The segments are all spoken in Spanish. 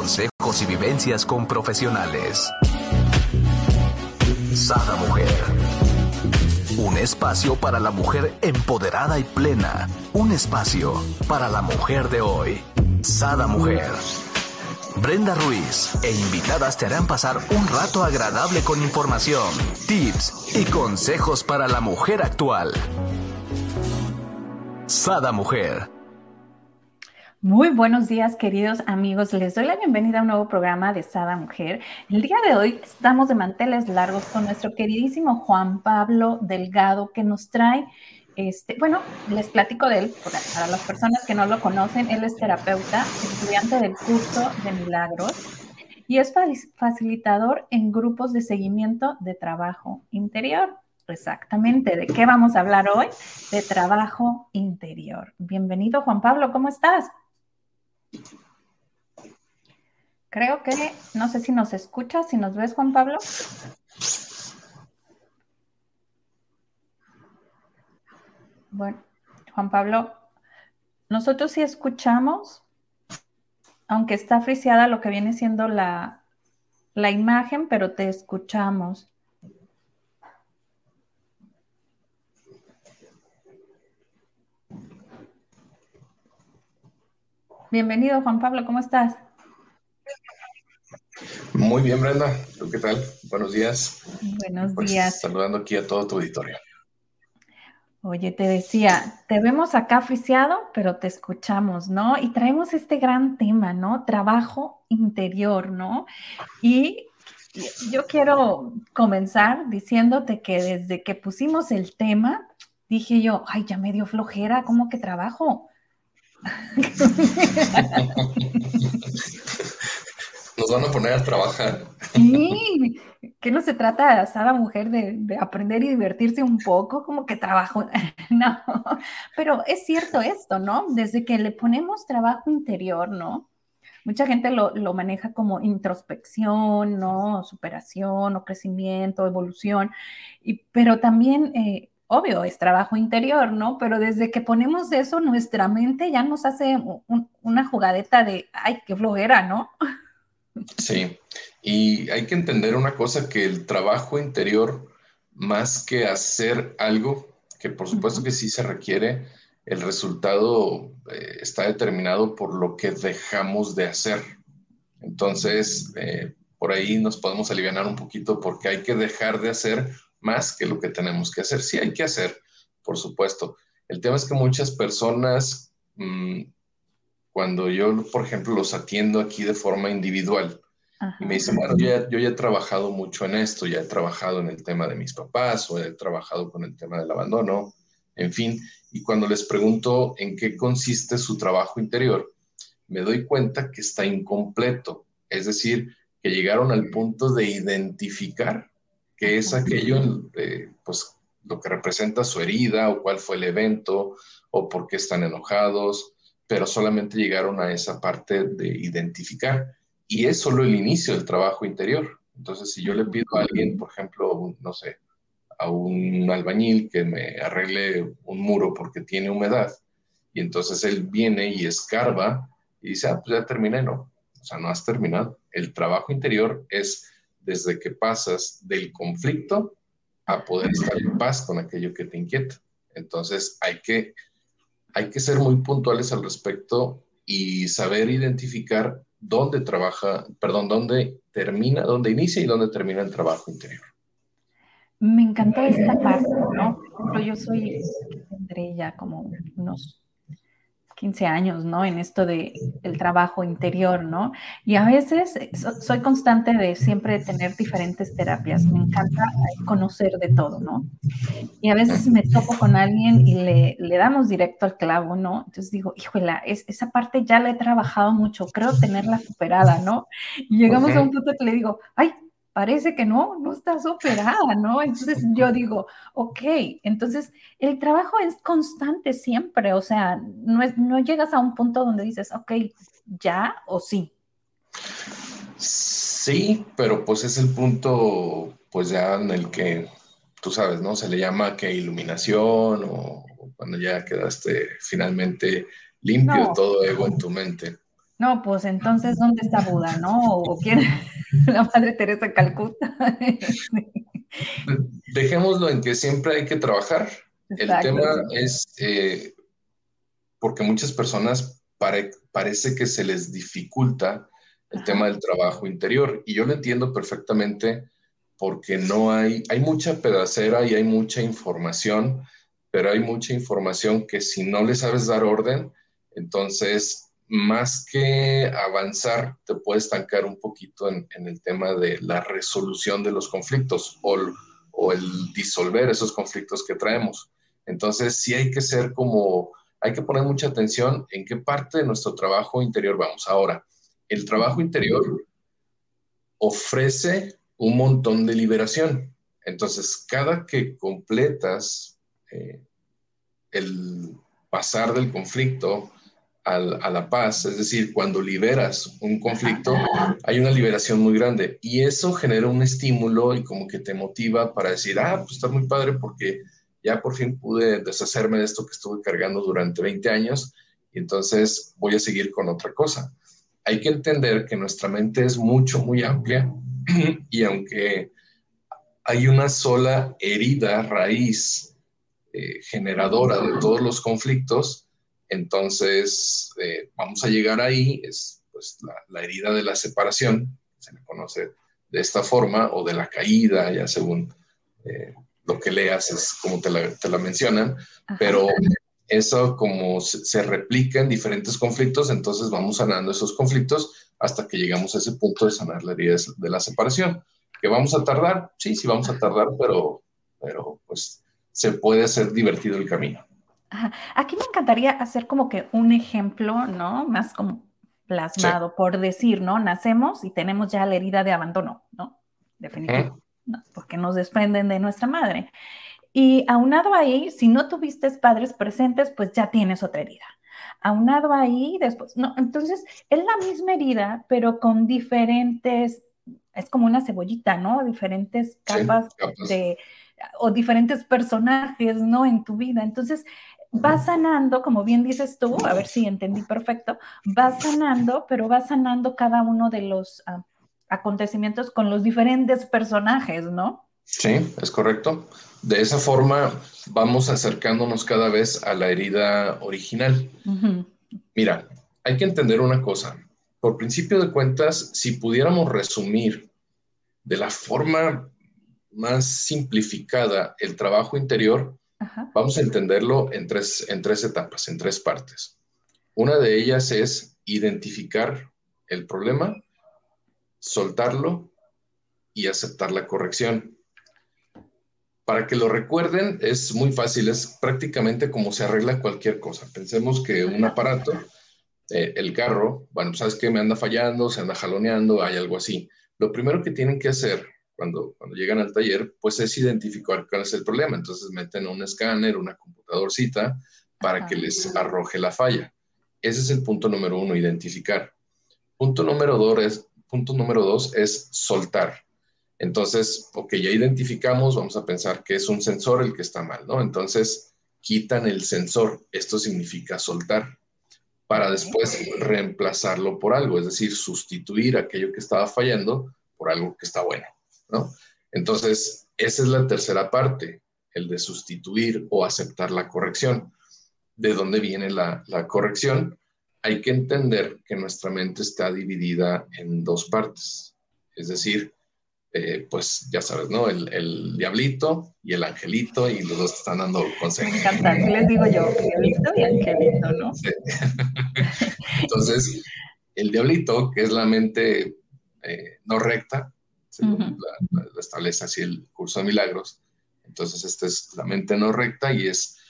consejos y vivencias con profesionales. Sada Mujer. Un espacio para la mujer empoderada y plena. Un espacio para la mujer de hoy. Sada Mujer. Brenda Ruiz e invitadas te harán pasar un rato agradable con información, tips y consejos para la mujer actual. Sada Mujer. Muy buenos días, queridos amigos. Les doy la bienvenida a un nuevo programa de Sada Mujer. El día de hoy estamos de manteles largos con nuestro queridísimo Juan Pablo Delgado, que nos trae, les platico de él, para las personas que no lo conocen. Él es terapeuta, estudiante del curso de milagros y es facilitador en grupos de seguimiento de trabajo interior. Exactamente. ¿De qué vamos a hablar hoy? De trabajo interior. Bienvenido, Juan Pablo. ¿Cómo estás? Creo que, no sé si nos escuchas, si nos ves, Juan Pablo. Bueno, Juan Pablo, nosotros sí escuchamos, aunque está friseada lo que viene siendo la imagen, pero te escuchamos. Bienvenido, Juan Pablo, ¿cómo estás? Muy bien, Brenda. ¿Tú qué tal? Buenos días. Buenos días. Saludando aquí a todo tu auditorio. Oye, te decía, te vemos acá friseado, pero te escuchamos, ¿no? Y traemos este gran tema, ¿no? Trabajo interior, ¿no? Y yo quiero comenzar diciéndote que desde que pusimos el tema, dije yo, ay, ya me dio flojera, ¿cómo que trabajo? Nos van a poner a trabajar. Sí, que no se trata de Sada Mujer de aprender y divertirse un poco, como que trabajo, no, pero es cierto esto, ¿no? Desde que le ponemos trabajo interior, ¿no? Mucha gente lo maneja como introspección, ¿no? Superación o crecimiento, evolución, pero también, obvio, es trabajo interior, ¿no? Pero desde que ponemos eso, nuestra mente ya nos hace una jugadeta de, ay, qué flojera, ¿no? Sí, y hay que entender una cosa, que el trabajo interior, más que hacer algo, que por supuesto que sí se requiere, el resultado está determinado por lo que dejamos de hacer. Entonces, por ahí nos podemos alivianar un poquito porque hay que dejar de hacer más que lo que tenemos que hacer. Sí hay que hacer, por supuesto. El tema es que muchas personas, cuando yo, por ejemplo, los atiendo aquí de forma individual, y me dicen, bueno, yo ya he trabajado mucho en esto, ya he trabajado en el tema de mis papás, o he trabajado con el tema del abandono, en fin, y cuando les pregunto en qué consiste su trabajo interior, me doy cuenta que está incompleto. Es decir, que llegaron al punto de identificar qué es aquello, pues lo que representa su herida, o cuál fue el evento, o por qué están enojados, pero solamente llegaron a esa parte de identificar. Y es solo el inicio del trabajo interior. Entonces, si yo le pido a alguien, por ejemplo, no sé, a un albañil que me arregle un muro porque tiene humedad, y entonces él viene y escarba y dice, ah, pues ya terminé, no. O sea, no has terminado. El trabajo interior es desde que pasas del conflicto a poder estar en paz con aquello que te inquieta. Entonces, hay que ser muy puntuales al respecto y saber identificar dónde trabaja, perdón, dónde termina, dónde inicia y dónde termina el trabajo interior. Me encantó esta parte, ¿no? Por ejemplo, yo tendré ya como unos 15 años, ¿no? En esto de el trabajo interior, ¿no? Y a veces soy constante de siempre tener diferentes terapias. Me encanta conocer de todo, ¿no? Y a veces me topo con alguien y le damos directo al clavo, ¿no? Entonces digo, híjola, esa parte ya la he trabajado mucho, creo tenerla superada, ¿no? Y llegamos a un punto que le digo, ay, parece que no está superada, ¿no? Entonces yo digo, ok, entonces el trabajo es constante siempre, o sea, no llegas a un punto donde dices, ok, ya o sí. Sí, pero pues es el punto, pues ya en el que, tú sabes, ¿no? Se le llama que iluminación, o cuando ya quedaste finalmente limpio de No, todo ego en tu mente. No, pues entonces, ¿dónde está Buda, no? ¿O quién? La Madre Teresa de Calcuta. Dejémoslo en que siempre hay que trabajar. El Exacto, tema sí. es porque muchas personas parece que se les dificulta el tema Ajá, del trabajo interior. Y yo lo entiendo perfectamente porque no hay mucha pedacera y hay mucha información, pero hay mucha información que si no le sabes dar orden, entonces más que avanzar, te puede estancar un poquito en el tema de la resolución de los conflictos o el disolver esos conflictos que traemos. Entonces sí hay que ser como hay que poner mucha atención en qué parte de nuestro trabajo interior vamos. Ahora, el trabajo interior ofrece un montón de liberación. Entonces, cada que completas eh, el pasar del conflicto a la paz, es decir, cuando liberas un ajá. conflicto, hay una liberación muy grande y eso genera un estímulo y como que te motiva para decir, pues está muy padre porque ya por fin pude deshacerme de esto que estuve cargando durante 20 años y entonces voy a seguir con otra cosa. Hay que entender que nuestra mente es mucho, muy amplia y aunque hay una sola herida raíz generadora de todos los conflictos, entonces vamos a llegar ahí, es pues la herida de la separación, se le conoce de esta forma, o de la caída, ya según lo que leas es como te la mencionan, Ajá. pero eso como se replica en diferentes conflictos, entonces vamos sanando esos conflictos hasta que llegamos a ese punto de sanar la herida de la separación. ¿Que vamos a tardar? Sí, sí vamos a tardar, pero pues se puede hacer divertido el camino. Ajá. Aquí me encantaría hacer como que un ejemplo, ¿no? Más como Sí. plasmado, por decir, ¿no? Nacemos y tenemos ya la herida de abandono, ¿no? Definitivo, Ujú. ¿no? Porque nos desprenden de nuestra madre. Y aunado ahí, si no tuviste padres presentes, pues ya tienes otra herida. Aunado ahí, después, no, entonces es la misma herida, pero con diferentes, es como una cebollita, ¿no? Diferentes Sí, capas capaz. de, o diferentes personajes, ¿no? En tu vida. Entonces, vas sanando, como bien dices tú, a ver si entendí perfecto, vas sanando, pero vas sanando cada uno de los acontecimientos con los diferentes personajes, ¿no? Sí, es correcto. De esa forma vamos acercándonos cada vez a la herida original. Ujú. Mira, hay que entender una cosa. Por principio de cuentas, si pudiéramos resumir de la forma más simplificada el trabajo interior, Ajá. vamos a entenderlo en tres etapas, en tres partes. Una de ellas es identificar el problema, soltarlo y aceptar la corrección. Para que lo recuerden, es muy fácil, es prácticamente como se arregla cualquier cosa. Pensemos que un Ajá. aparato, el carro, bueno, sabes que me anda fallando, se anda jaloneando, hay algo así. Lo primero que tienen que hacer cuando llegan al taller, pues es identificar cuál es el problema. Entonces meten un escáner, una computadorcita, para que Ajá. les arroje la falla. Ese es el punto número uno, identificar. Punto número dos es soltar. Entonces, ok, ya identificamos, vamos a pensar que es un sensor el que está mal, ¿no? Entonces, quitan el sensor. Esto significa soltar para Ok. después reemplazarlo por algo, es decir, sustituir aquello que estaba fallando por algo que está bueno, ¿no? Entonces, esa es la tercera parte, el de sustituir o aceptar la corrección. ¿De dónde viene la corrección? Hay que entender que nuestra mente está dividida en dos partes, es decir, pues ya sabes, ¿no? El diablito y el angelito y los dos te están dando Me consejos. encanta, así les digo yo, diablito y angelito, ¿no? Sí. Entonces, el diablito, que es la mente no recta, según Ujú. la establece así el curso de milagros, entonces esta es la mente no recta y es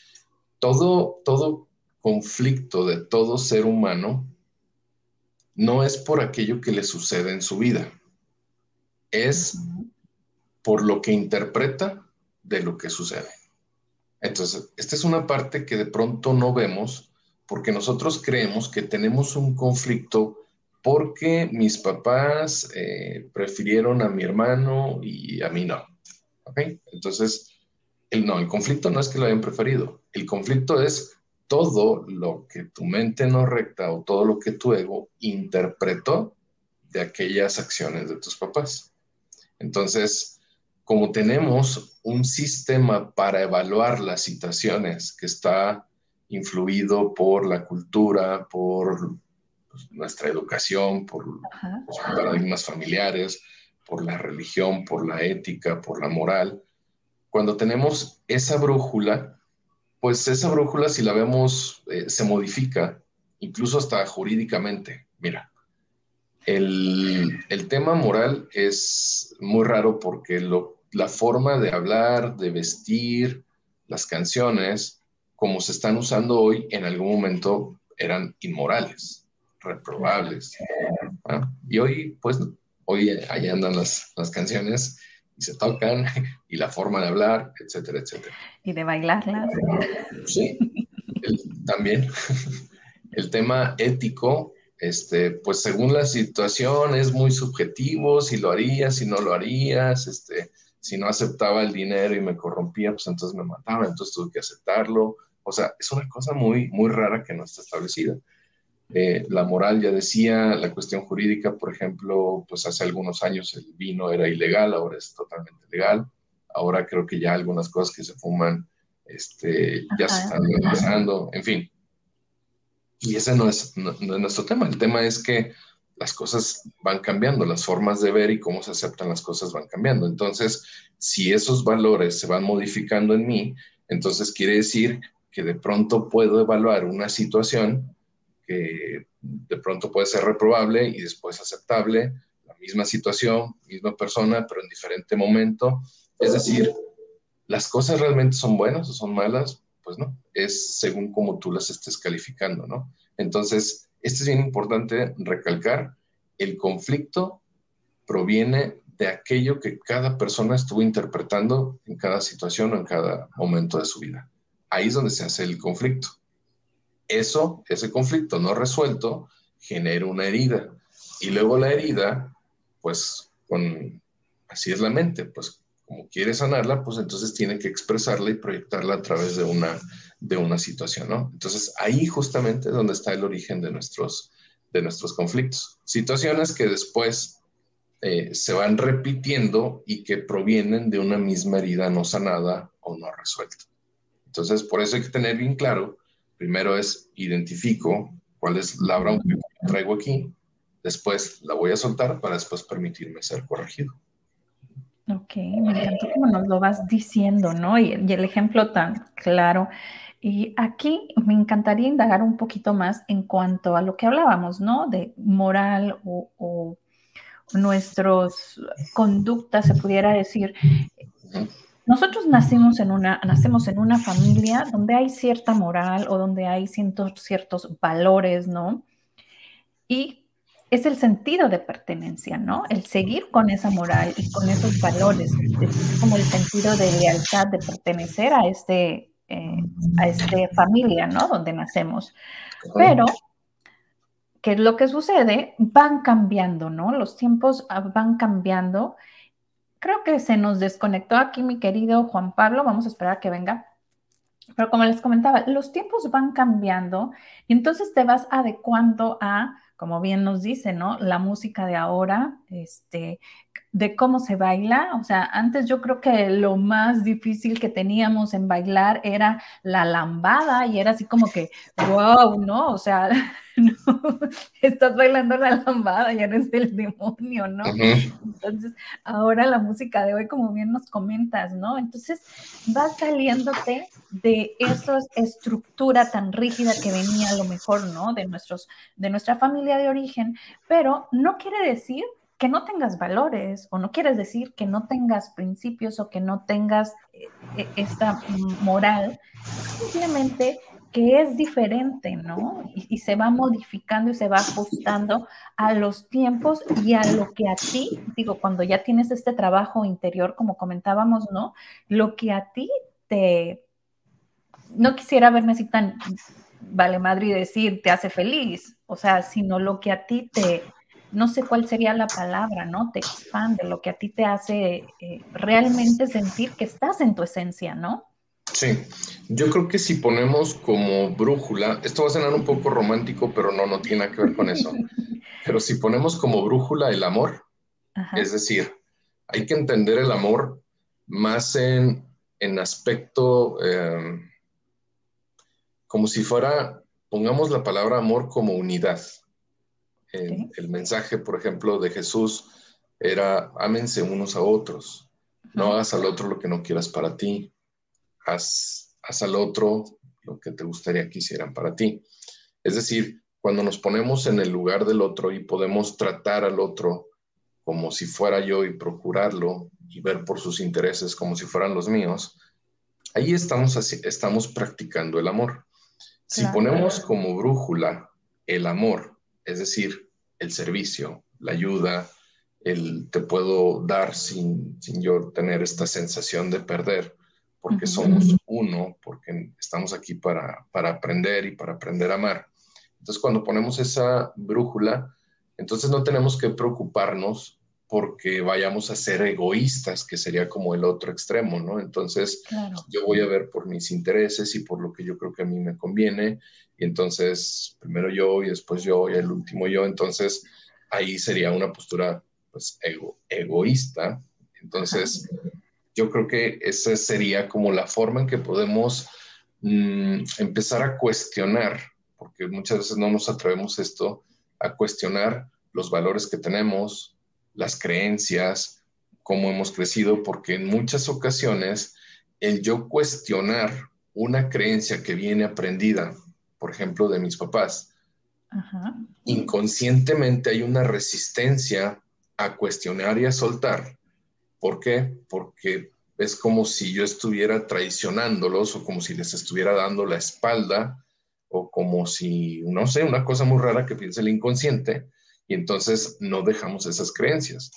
todo conflicto de todo ser humano no es por aquello que le sucede en su vida, es Ujú. por lo que interpreta de lo que sucede. Entonces, esta es una parte que de pronto no vemos porque nosotros creemos que tenemos un conflicto porque mis papás prefirieron a mi hermano y a mí no. ¿Ok? Entonces, no, el conflicto no es que lo hayan preferido. El conflicto es todo lo que tu mente no recta o todo lo que tu ego interpretó de aquellas acciones de tus papás. Entonces, como tenemos un sistema para evaluar las situaciones que está influido por la cultura, por nuestra educación, por los paradigmas familiares, por la religión, por la ética, por la moral, cuando tenemos esa brújula, pues esa brújula, si la vemos, se modifica, incluso hasta jurídicamente. Mira, el tema moral es muy raro porque la forma de hablar, de vestir, las canciones, como se están usando hoy, en algún momento eran inmorales, reprobables. ¿Ah? Y hoy, pues, hoy ahí andan las canciones y se tocan, y la forma de hablar, etcétera, etcétera. Y de bailarlas. Sí, también. El tema ético, pues según la situación es muy subjetivo, si lo harías, si no lo harías, si no aceptaba el dinero y me corrompía, pues entonces me mataba, entonces tuve que aceptarlo. O sea, es una cosa muy, muy rara que no está establecida. La moral, ya decía, la cuestión jurídica, por ejemplo, pues hace algunos años el vino era ilegal, ahora es totalmente legal. Ahora creo que ya algunas cosas que se fuman ya se están legalizando, en fin. Y ese no es nuestro tema. El tema es que las cosas van cambiando, las formas de ver y cómo se aceptan las cosas van cambiando. Entonces, si esos valores se van modificando en mí, entonces quiere decir que de pronto puedo evaluar una situación que de pronto puede ser reprobable y después aceptable, la misma situación, misma persona, pero en diferente momento. Es decir, ¿las cosas realmente son buenas o son malas? Pues no, es según cómo tú las estés calificando, ¿no? Entonces, esto es bien importante recalcar, el conflicto proviene de aquello que cada persona estuvo interpretando en cada situación o en cada momento de su vida. Ahí es donde se hace el conflicto. Ese conflicto no resuelto genera una herida. Y luego la herida, pues, así es la mente, pues, como quiere sanarla, pues entonces tiene que expresarla y proyectarla a través de una situación, ¿no? Entonces, ahí justamente es donde está el origen de nuestros conflictos. Situaciones que después se van repitiendo y que provienen de una misma herida no sanada o no resuelta. Entonces, por eso hay que tener bien claro, primero es identifico cuál es la bronca que traigo aquí, después la voy a soltar para después permitirme ser corregido. Ok, me encantó cómo nos lo vas diciendo, ¿no? Y el ejemplo tan claro. Y aquí me encantaría indagar un poquito más en cuanto a lo que hablábamos, ¿no? De moral o nuestras conductas, se pudiera decir. Nosotros nacemos en una familia donde hay cierta moral o donde hay ciertos valores, ¿no? Y es el sentido de pertenencia, ¿no? El seguir con esa moral y con esos valores. Es como el sentido de lealtad, de pertenecer a esta familia, ¿no? Donde nacemos. Pero, ¿qué es lo que sucede? Van cambiando, ¿no? Los tiempos van cambiando. Creo que se nos desconectó aquí mi querido Juan Pablo. Vamos a esperar a que venga. Pero como les comentaba, los tiempos van cambiando y entonces te vas adecuando a, como bien nos dice, ¿no? La música de ahora, de cómo se baila. O sea, antes yo creo que lo más difícil que teníamos en bailar era la lambada y era así como que, wow, ¿no? O sea, no, estás bailando la lambada y eres el demonio, ¿no? Entonces, ahora la música de hoy, como bien nos comentas, ¿no? Entonces, va saliéndote de esa estructura tan rígida que venía a lo mejor, ¿no? De nuestra familia de origen, pero no quiere decir que no tengas valores o no quieres decir que no tengas principios o que no tengas esta moral, simplemente que es diferente, ¿no? Y se va modificando y se va ajustando a los tiempos y a lo que a ti, digo, cuando ya tienes este trabajo interior, como comentábamos, ¿no? Lo que a ti no quisiera verme así tan vale madre y decir te hace feliz, o sea, sino lo que a ti no sé cuál sería la palabra, ¿no? Te expande, lo que a ti te hace realmente sentir que estás en tu esencia, ¿no? Sí, yo creo que si ponemos como brújula, esto va a sonar un poco romántico, pero no tiene nada que ver con eso. Pero si ponemos como brújula el amor, es Ajá, decir, hay que entender el amor más en aspecto, como si fuera, pongamos la palabra amor como unidad. ok. El mensaje, por ejemplo, de Jesús era, ámense unos a otros, no Ujú, hagas al otro lo que no quieras para ti, haz al otro lo que te gustaría que hicieran para ti. Es decir, cuando nos ponemos en el lugar del otro y podemos tratar al otro como si fuera yo y procurarlo y ver por sus intereses como si fueran los míos, ahí estamos practicando el amor. Si claro. ponemos como brújula el amor, es decir, el servicio, la ayuda, el te puedo dar sin yo tener esta sensación de perder, porque Ujú, somos uno, porque estamos aquí para aprender y para aprender a amar. Entonces, cuando ponemos esa brújula, entonces no tenemos que preocuparnos porque vayamos a ser egoístas, que sería como el otro extremo, ¿no? Entonces, claro. yo voy a ver por mis intereses y por lo que yo creo que a mí me conviene, y entonces primero yo y después yo y el último yo, entonces ahí sería una postura pues egoísta. Ajá. Entonces, yo creo que esa sería como la forma en que podemos empezar a cuestionar, porque muchas veces no nos atrevemos esto, a cuestionar los valores que tenemos, las creencias, cómo hemos crecido, porque en muchas ocasiones el yo cuestionar una creencia que viene aprendida, por ejemplo, de mis papás, Ajá. inconscientemente hay una resistencia a cuestionar y a soltar. ¿Por qué? Porque es como si yo estuviera traicionándolos o como si les estuviera dando la espalda o como si, no sé, una cosa muy rara que piensa el inconsciente y entonces no dejamos esas creencias.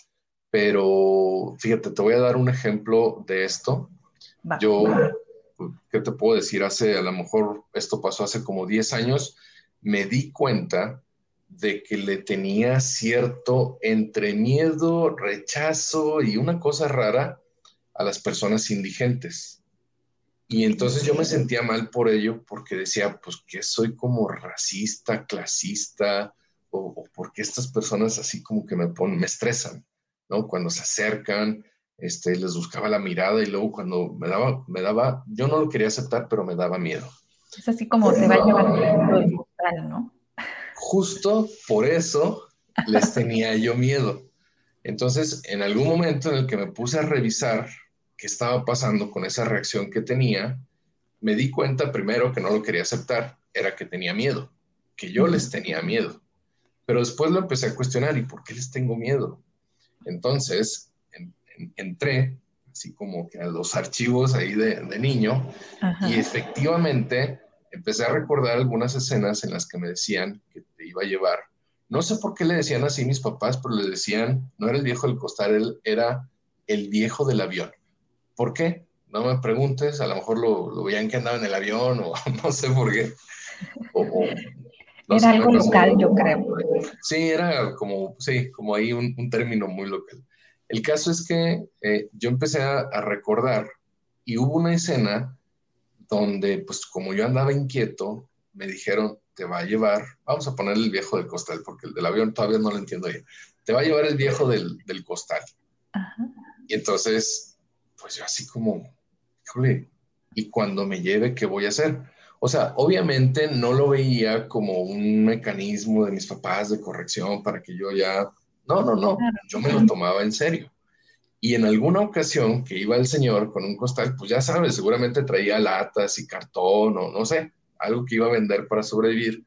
Pero fíjate, te voy a dar un ejemplo de esto. Va. Yo, ¿qué te puedo decir? A lo mejor esto pasó hace como 10 años, me di cuenta de que le tenía cierto entre miedo, rechazo y una cosa rara a las personas indigentes. Y Ok. entonces yo me sentía mal por ello, porque decía, pues que soy como racista, clasista, o porque estas personas así como que me estresan, ¿no? Cuando se acercan, les buscaba la mirada y luego cuando me daba, yo no lo quería aceptar, pero me daba miedo. Es así como te va a llevar el viento del costal, ¿no? Justo por eso les tenía yo miedo. Entonces, en algún momento en el que me puse a revisar qué estaba pasando con esa reacción que tenía, me di cuenta primero que no lo quería aceptar, era que tenía miedo, que yo les Ujú. tenía miedo. Pero después lo empecé a cuestionar, ¿y por qué les tengo miedo? Entonces, entré así como que a los archivos ahí de niño y Ajá. efectivamente empecé a recordar algunas escenas en las que me decían que te iba a llevar. No sé por qué le decían así mis papás, pero le decían, no era el viejo del costal, él era el viejo del avión. ¿Por qué? No me preguntes, a lo mejor lo veían que andaba en el avión o no sé por qué, o no Era sé, una algo cosa. local, yo creo. Sí, era como, sí, como ahí un término muy local. El caso es que yo empecé a recordar y hubo una escena donde, pues como yo andaba inquieto, me dijeron, te va a llevar, vamos a poner el viejo del costal, porque el del avión todavía no lo entiendo bien, te va a llevar el viejo del costal. Ajá. Y entonces, pues yo así como, híjole, ¿y cuando me lleve, qué voy a hacer? O sea, obviamente no lo veía como un mecanismo de mis papás de corrección para que yo ya, no, Claro. yo me lo tomaba en serio. Y en alguna ocasión que iba el señor con un costal, pues ya sabes, seguramente traía latas y cartón o no sé, algo que iba a vender para sobrevivir.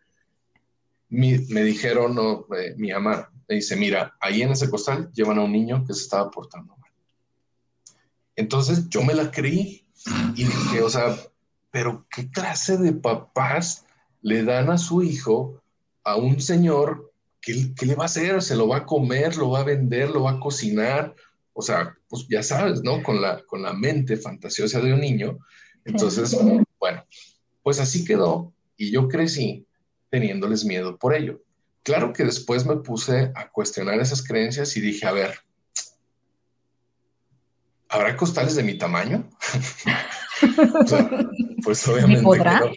Me dijeron, no, mi mamá me dice, mira, ahí en ese costal llevan a un niño que se estaba portando mal. Entonces yo me la creí y dije, o sea, pero ¿qué clase de papás le dan a su hijo a un señor? ¿Qué le va a hacer? ¿Se lo va a comer? ¿Lo va a vender? ¿Lo va a cocinar? O sea, pues ya sabes, ¿no? Con la mente fantasiosa de un niño. Claro. Entonces, bueno, pues así quedó y yo crecí teniéndoles miedo por ello. Claro que después me puse a cuestionar esas creencias y dije, a ver, ¿habrá costales de mi tamaño? O sea, pues ¿Me obviamente que podrá? no.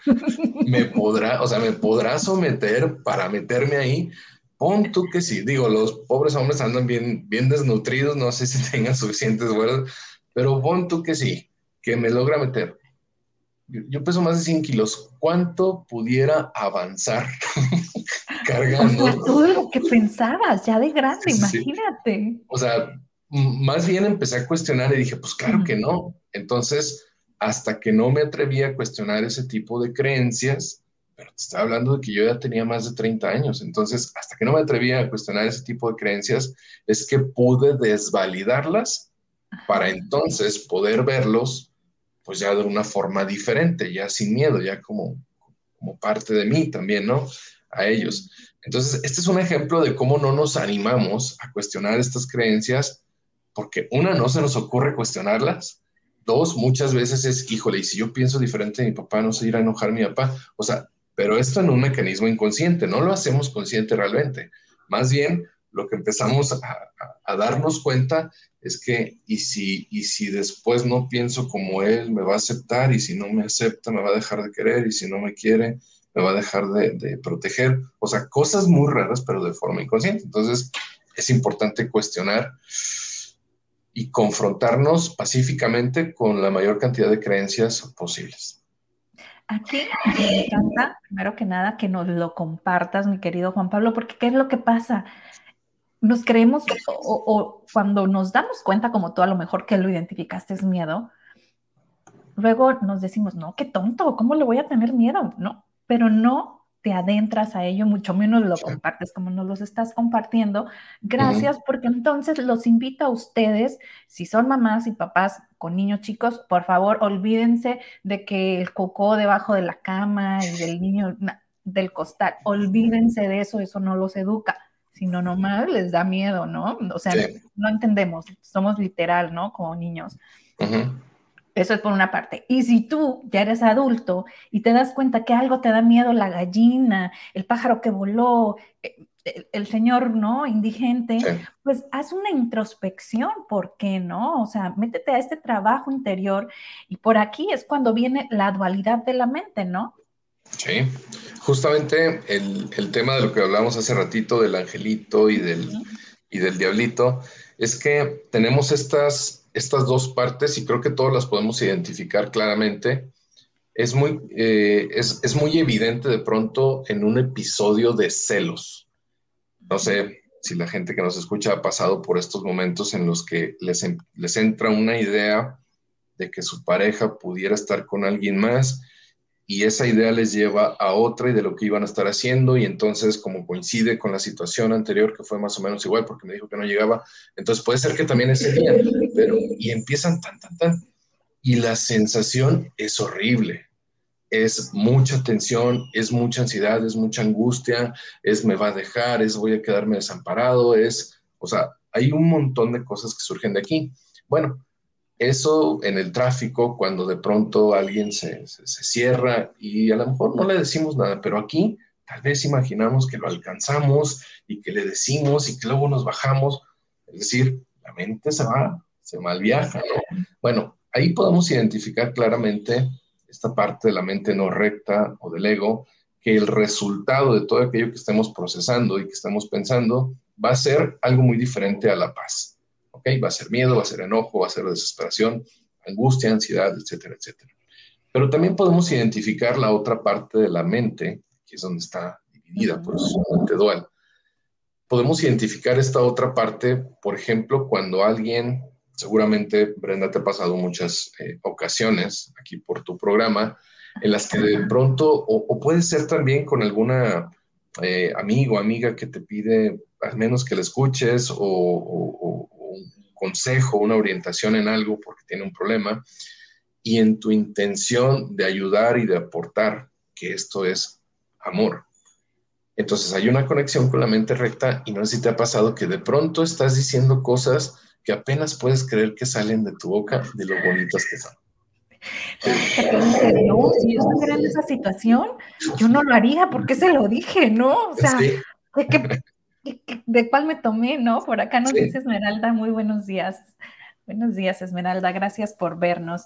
Me podrá someter para meterme ahí. Pon tú que sí. Digo, los pobres hombres andan bien, bien desnutridos, no sé si tengan suficientes huevos, pero pon tú que sí, que me logra meter. Yo peso más de 100 kilos. ¿Cuánto pudiera avanzar O sea, cargando? todo lo que pensabas ya de Sí, grande, sí, sí. imagínate. O sea, más bien empecé a cuestionar y dije, pues claro que Ujú. no. Entonces, hasta que no me atreví a cuestionar ese tipo de creencias, pero te estaba hablando de que yo ya tenía más de 30 años, entonces, hasta que no me atreví a cuestionar ese tipo de creencias, es que pude desvalidarlas para Ajá. entonces poder verlos, pues ya de una forma diferente, ya sin miedo, ya como parte de mí también, ¿no? A ellos. Entonces, este es un ejemplo de cómo no nos animamos a cuestionar estas creencias, porque una, no se nos ocurre cuestionarlas. Dos, muchas veces es, híjole, y si yo pienso diferente de mi papá, no se irá a enojar mi papá. O sea, pero esto en un mecanismo inconsciente, no lo hacemos consciente realmente. Más bien, lo que empezamos a darnos cuenta es que, y si después no pienso como él, me va a aceptar, y si no me acepta, me va a dejar de querer, y si no me quiere, me va a dejar de proteger. O sea, cosas muy raras, pero de forma inconsciente. Entonces, es importante cuestionar y confrontarnos pacíficamente con la mayor cantidad de creencias posibles. Aquí me encanta, primero que nada, que nos lo compartas, mi querido Juan Pablo, porque ¿qué es lo que pasa? Nos creemos, o cuando nos damos cuenta, como tú a lo mejor que lo identificaste es miedo, luego nos decimos, no, qué tonto, ¿cómo le voy a tener miedo? No, pero no te adentras a ello, mucho menos lo Sí. compartes como nos los estás compartiendo. Ujú. Gracias, porque entonces los invito a ustedes, si son mamás y papás con niños chicos, por favor, olvídense de que el cocó debajo de la cama y del niño del costal, olvídense de eso, eso no los educa, sino nomás les da miedo, ¿no? O sea, Sí. no entendemos, somos literal, ¿no? Como niños. Ujú. Eso es por una parte. Y si tú ya eres adulto y te das cuenta que algo te da miedo, la gallina, el pájaro que voló, el señor, ¿no? Indigente, Sí. pues haz una introspección, ¿por qué no? O sea, métete a este trabajo interior y por aquí es cuando viene la dualidad de la mente, ¿no? Sí. Justamente el tema de lo que hablamos hace ratito del angelito y del diablito es que tenemos estas dos partes y creo que todas las podemos identificar claramente. Es muy evidente de pronto en un episodio de celos. No sé si la gente que nos escucha ha pasado por estos momentos en los que les entra una idea de que su pareja pudiera estar con alguien más y esa idea les lleva a otra y de lo que iban a estar haciendo y entonces como coincide con la situación anterior que fue más o menos igual porque me dijo que no llegaba, entonces puede ser que también ese día, pero y empiezan tan y la sensación es horrible. Es mucha tensión, es mucha ansiedad, es mucha angustia, es me va a dejar, es voy a quedarme desamparado, o sea, hay un montón de cosas que surgen de aquí. Bueno, eso en el tráfico, cuando de pronto alguien se cierra y a lo mejor no le decimos nada, pero aquí tal vez imaginamos que lo alcanzamos y que le decimos y que luego nos bajamos. Es decir, la mente se malviaja, ¿no? Bueno, ahí podemos identificar claramente esta parte de la mente no recta o del ego, que el resultado de todo aquello que estemos procesando y que estamos pensando va a ser algo muy diferente a la paz. ¿Ok? Va a ser miedo, va a ser enojo, va a ser desesperación, angustia, ansiedad, etcétera, etcétera. Pero también podemos identificar la otra parte de la mente, que es donde está dividida, Ujú. pues es una mente dual. Podemos identificar esta otra parte, por ejemplo, cuando alguien, seguramente Brenda te ha pasado muchas ocasiones aquí por tu programa, en las que de pronto, o puede ser también con alguna amigo o amiga que te pide al menos que le escuches o un consejo, una orientación en algo porque tiene un problema, y en tu intención de ayudar y de aportar, que esto es amor. Entonces hay una conexión con la mente recta y no sé si te ha pasado que de pronto estás diciendo cosas que apenas puedes creer que salen de tu boca de lo bonitas que son. Hasta que dices, no, si yo estuviera en esa situación, yo no lo haría, ¿por qué se lo dije, no? O sea, Sí, ¿de, de cuál me tomé, no? Por acá nos sí, dice Esmeralda, muy buenos días. Buenos días, Esmeralda, gracias por vernos.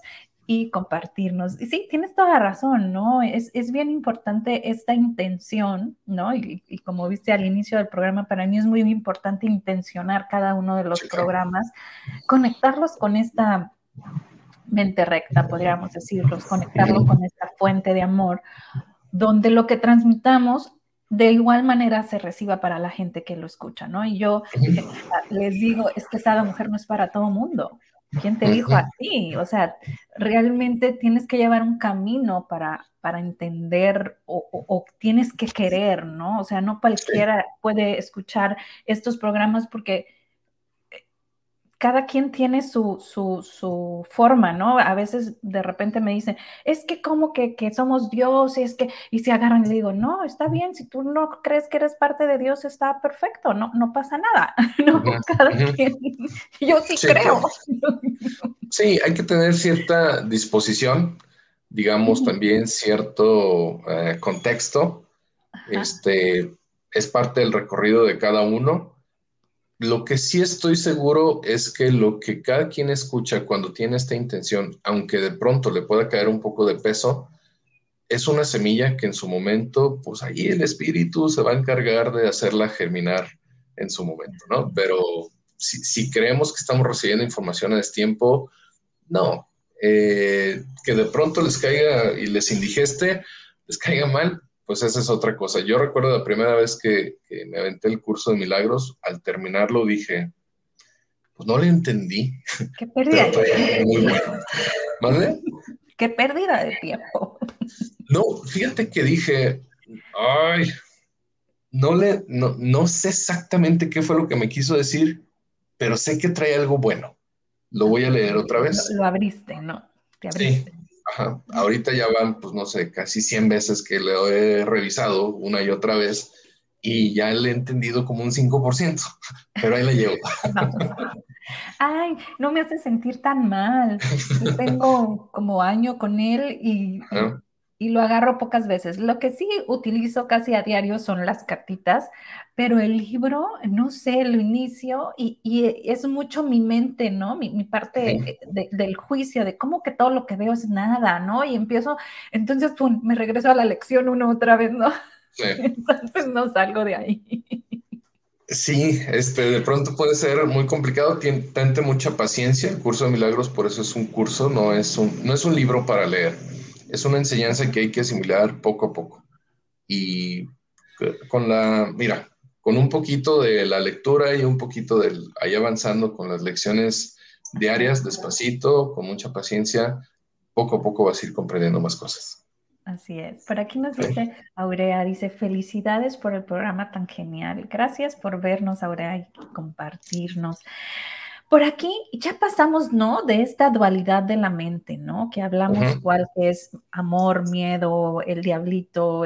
y compartirnos. Y sí, tienes toda la razón, ¿no? Es bien importante esta intención, ¿no? Y como viste al inicio del programa, para mí es muy importante intencionar cada uno de los Sí, claro. programas, conectarlos con esta mente recta, podríamos decirlos, conectarlo con esta fuente de amor, donde lo que transmitamos de igual manera se reciba para la gente que lo escucha, ¿no? Y yo les digo, es que Sada Mujer no es para todo mundo. ¿Quién te dijo a ti? O sea, realmente tienes que llevar un camino para entender o tienes que querer, ¿no? O sea, no cualquiera puede escuchar estos programas porque cada quien tiene su forma, ¿no? A veces de repente me dicen, es que como que somos Dios, y se agarran y le digo, no, está bien, si tú no crees que eres parte de Dios, está perfecto, no pasa nada, ¿no? Cada quien, yo sí Sí, creo. claro. Sí, hay que tener cierta disposición, digamos, también cierto contexto. Ajá. Es parte del recorrido de cada uno. Lo que sí estoy seguro es que lo que cada quien escucha cuando tiene esta intención, aunque de pronto le pueda caer un poco de peso, es una semilla que en su momento, pues ahí el espíritu se va a encargar de hacerla germinar en su momento, ¿no? Pero si creemos que estamos recibiendo información a destiempo, no. Que de pronto les caiga y les indigeste, les caiga mal, pues esa es otra cosa. Yo recuerdo la primera vez que me aventé el curso de milagros, al terminarlo dije, pues no le entendí, Qué pérdida pero de traía algo muy tiempo. bueno. ¿Vale? Qué pérdida de tiempo. No, fíjate que dije, ay, no sé exactamente qué fue lo que me quiso decir, pero sé que trae algo bueno. Lo voy a leer otra vez. Lo abriste, ¿no? Te Sí, abriste. ajá. Ahorita ya van, pues no sé, casi 100 veces que lo he revisado una y otra vez y ya le he entendido como un 5%, pero ahí la llevo. Ay, no me hace sentir tan mal. Yo tengo como año con él Ajá. y lo agarro pocas veces. Lo que sí utilizo casi a diario son las cartitas, pero el libro, no sé, lo inicio y es mucho mi mente, ¿no? Mi parte Ujú. del juicio, de cómo que todo lo que veo es nada, ¿no? Y empiezo, entonces, pum, me regreso a la lección una otra vez, ¿no? Sí. Entonces no salgo de ahí. Sí, de pronto puede ser muy complicado. Tente mucha paciencia. El curso de milagros, por eso es un curso, no es un libro para leer. Es una enseñanza que hay que asimilar poco a poco. Y mira, con un poquito de la lectura y un poquito ahí avanzando con las lecciones diarias, despacito, con mucha paciencia, poco a poco vas a ir comprendiendo más cosas. Así es. Por aquí nos ¿Sí? dice Aurea, dice, felicidades por el programa tan genial. Gracias por vernos, Aurea, y compartirnos. Por aquí ya pasamos, ¿no? De esta dualidad de la mente, ¿no? Que hablamos Ujú, cuál es amor, miedo, el diablito,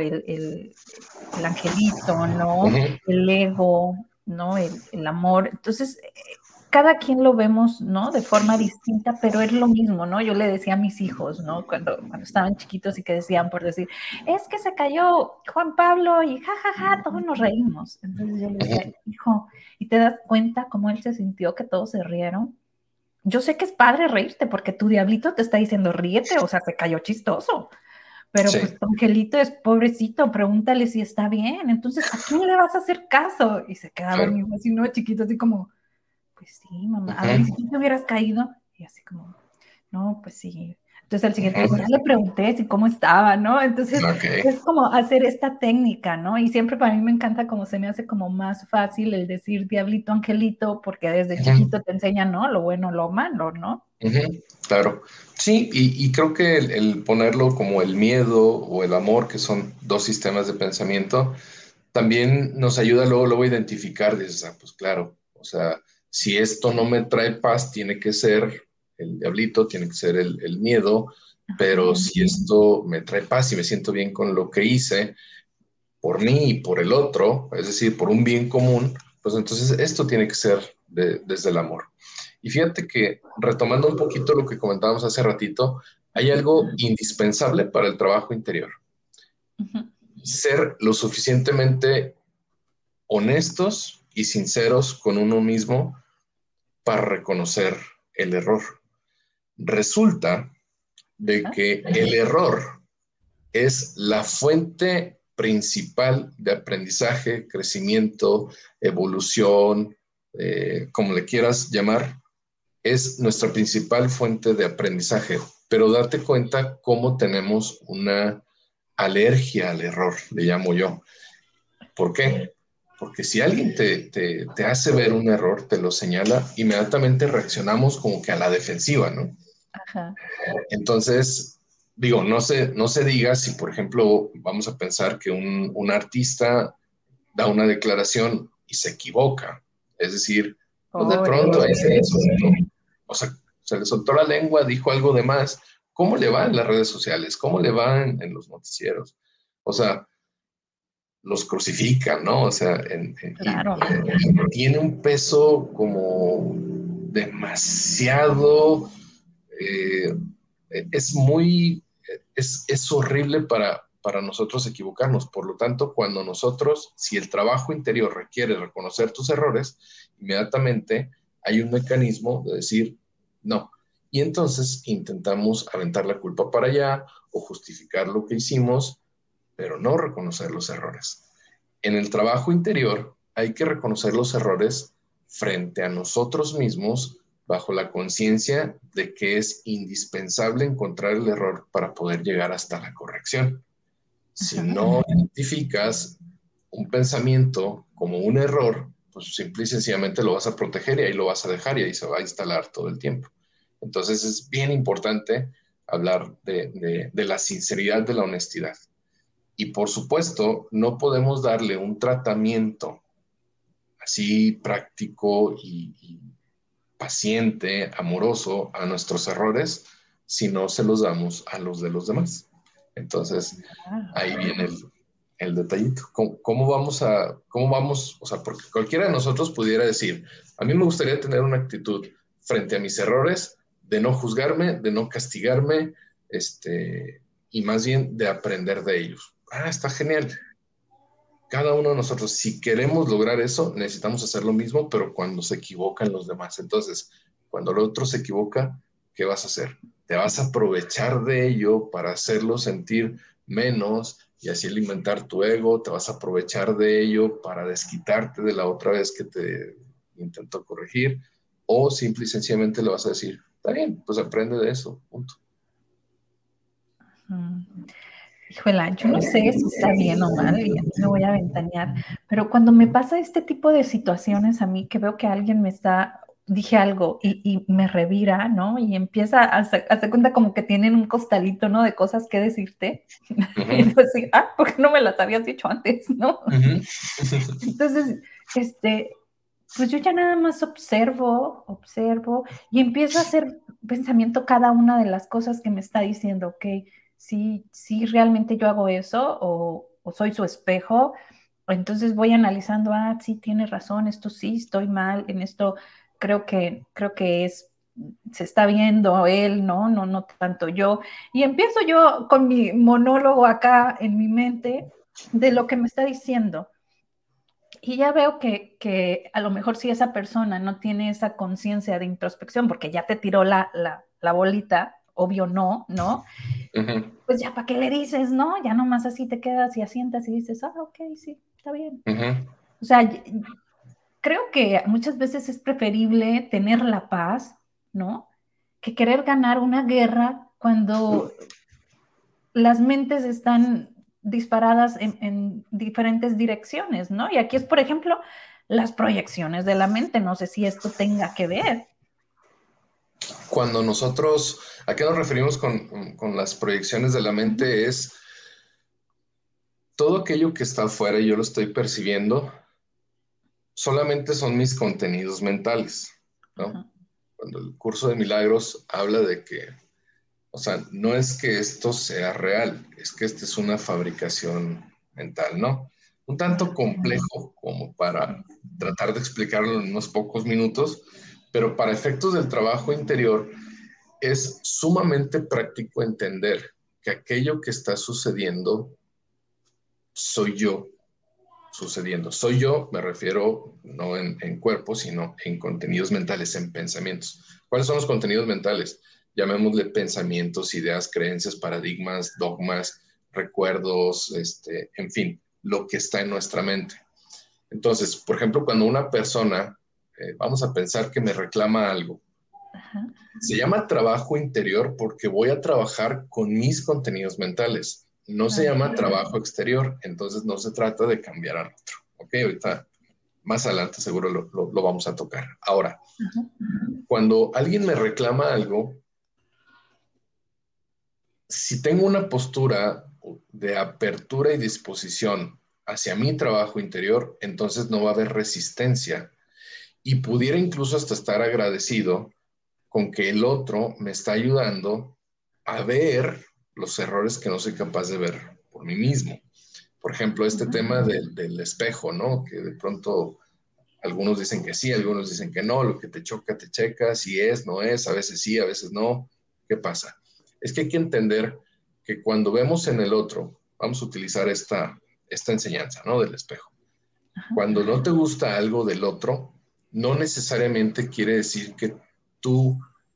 el angelito, ¿no? ujú. El ego, ¿no? El amor. Entonces, cada quien lo vemos, ¿no? De forma distinta, pero es lo mismo, ¿no? Yo le decía a mis hijos, ¿no? Cuando estaban chiquitos y que decían por decir, es que se cayó Juan Pablo y jajaja, todos nos reímos. Entonces yo le decía, hijo, ¿y te das cuenta cómo él se sintió que todos se rieron? Yo sé que es padre reírte porque tu diablito te está diciendo ríete, o sea, se cayó chistoso. Pero Sí. pues tu angelito es pobrecito, pregúntale si está bien. Entonces, ¿a quién le vas a hacer caso? Y se quedaba mi Claro. hijo así, ¿no? Chiquito, así como, pues sí, mamá. A ver, ¿y si Ujú, tú te hubieras caído? Y así como, no, pues sí. Entonces al siguiente día, ujú. ya le pregunté si cómo estaba, ¿no? Entonces Ok. es como hacer esta técnica, ¿no? Y siempre para mí me encanta como se me hace como más fácil el decir diablito, angelito, porque desde Ujú, chiquito te enseñan, ¿no? Lo bueno, lo malo, ¿no? ujú. Claro. Sí, y creo que el ponerlo como el miedo o el amor, que son dos sistemas de pensamiento, también nos ayuda luego a identificar, dices, ah, pues claro, o sea, si esto no me trae paz, tiene que ser el diablito, tiene que ser el miedo, pero Ajá, si esto me trae paz y me siento bien con lo que hice, por mí y por el otro, es decir, por un bien común, pues entonces esto tiene que ser desde el amor. Y fíjate que, retomando un poquito lo que comentábamos hace ratito, hay algo indispensable para el trabajo interior. ajá, Ser lo suficientemente honestos y sinceros con uno mismo para reconocer el error. Resulta de que el error es la fuente principal de aprendizaje, crecimiento, evolución, como le quieras llamar, es nuestra principal fuente de aprendizaje. Pero date cuenta cómo tenemos una alergia al error, le llamo yo. ¿Por qué? Porque si alguien te hace ver un error, te lo señala, inmediatamente reaccionamos como que a la defensiva, ¿no? Ajá. Entonces, digo, no se diga si, por ejemplo, vamos a pensar que un artista da una declaración y se equivoca. Es decir, pues de pronto ahí se le soltó, o sea, se le soltó la lengua, dijo algo de más. ¿Cómo le va en las redes sociales? ¿Cómo le va en los noticieros? O sea, los crucifican, ¿no? O sea, Claro. tiene un peso como demasiado, eh, es muy, es horrible para nosotros equivocarnos. Por lo tanto, cuando nosotros, si el trabajo interior requiere reconocer tus errores, inmediatamente hay un mecanismo de decir no. Y entonces intentamos aventar la culpa para allá o justificar lo que hicimos, pero no reconocer los errores. En el trabajo interior hay que reconocer los errores frente a nosotros mismos bajo la conciencia de que es indispensable encontrar el error para poder llegar hasta la corrección. Si no identificas un pensamiento como un error, pues simple y sencillamente lo vas a proteger y ahí lo vas a dejar y ahí se va a instalar todo el tiempo. Entonces es bien importante hablar de la sinceridad, de la honestidad. Y por supuesto, no podemos darle un tratamiento así práctico y paciente, amoroso a nuestros errores si no se los damos a los de los demás. Entonces, ahí viene el detallito. ¿Cómo vamos? O sea, porque cualquiera de nosotros pudiera decir, a mí me gustaría tener una actitud frente a mis errores de no juzgarme, de no castigarme, y más bien de aprender de ellos. Ah, está genial. Cada uno de nosotros, si queremos lograr eso, necesitamos hacer lo mismo, pero cuando se equivocan los demás. Entonces, cuando el otro se equivoca, ¿qué vas a hacer? Te vas a aprovechar de ello para hacerlo sentir menos y así alimentar tu ego, te vas a aprovechar de ello para desquitarte de la otra vez que te intentó corregir, o simple y sencillamente le vas a decir, está bien, pues aprende de eso, punto. Híjola, yo no sé si está bien o mal, y me voy a ventanear, pero cuando me pasa este tipo de situaciones a mí, que veo que alguien dije algo y me revira, ¿no? Y empieza a hacer cuenta como que tienen un costalito, ¿no? De cosas que decirte. Y entonces, ¿por qué no me las habías dicho antes, no? Entonces, pues yo ya nada más observo y empiezo a hacer pensamiento cada una de las cosas que me está diciendo, ok, sí, realmente yo hago eso o soy su espejo. Entonces voy analizando, sí, tiene razón, esto sí, estoy mal, en esto creo que se está viendo él, no tanto yo. Y empiezo yo con mi monólogo acá en mi mente de lo que me está diciendo. Y ya veo que a lo mejor si esa persona no tiene esa conciencia de introspección, porque ya te tiró la bolita, obvio no, pues ya para qué le dices, ¿no? Ya nomás así te quedas y asientas y dices, ok, sí, está bien. O sea, creo que muchas veces es preferible tener la paz, ¿no? Que querer ganar una guerra cuando las mentes están disparadas en diferentes direcciones, ¿no? Y aquí es, por ejemplo, las proyecciones de la mente. No sé si esto tenga que ver. Cuando nosotros, ¿a qué nos referimos con las proyecciones de la mente? Es todo aquello que está afuera y yo lo estoy percibiendo, solamente son mis contenidos mentales, ¿no? Cuando el curso de milagros habla de que, o sea, no es que esto sea real, es que esta es una fabricación mental, ¿no? Un tanto complejo como para tratar de explicarlo en unos pocos minutos, pero para efectos del trabajo interior es sumamente práctico entender que aquello que está sucediendo soy yo sucediendo. Soy yo, me refiero no en cuerpo, sino en contenidos mentales, en pensamientos. ¿Cuáles son los contenidos mentales? llamémosle pensamientos, ideas, creencias, paradigmas, dogmas, recuerdos, en fin, lo que está en nuestra mente. Entonces, por ejemplo, cuando una persona, vamos a pensar que me reclama algo, Ajá. se llama trabajo interior porque voy a trabajar con mis contenidos mentales. No se llama trabajo exterior, entonces no se trata de cambiar al otro. Ok, ahorita más adelante seguro lo vamos a tocar. Ahora, Ajá. cuando alguien me reclama algo, si tengo una postura de apertura y disposición hacia mi trabajo interior, entonces no va a haber resistencia y pudiera incluso hasta estar agradecido con que el otro me está ayudando a ver los errores que no soy capaz de ver por mí mismo. Por ejemplo, este tema del espejo, ¿no? Que de pronto algunos dicen que sí, algunos dicen que no, lo que te choca, te checa, si es, no es, a veces sí, a veces no. ¿Qué pasa? Es que hay que entender que cuando vemos en el otro, vamos a utilizar esta enseñanza, ¿no? Del espejo. Cuando no te gusta algo del otro, no necesariamente quiere decir que tú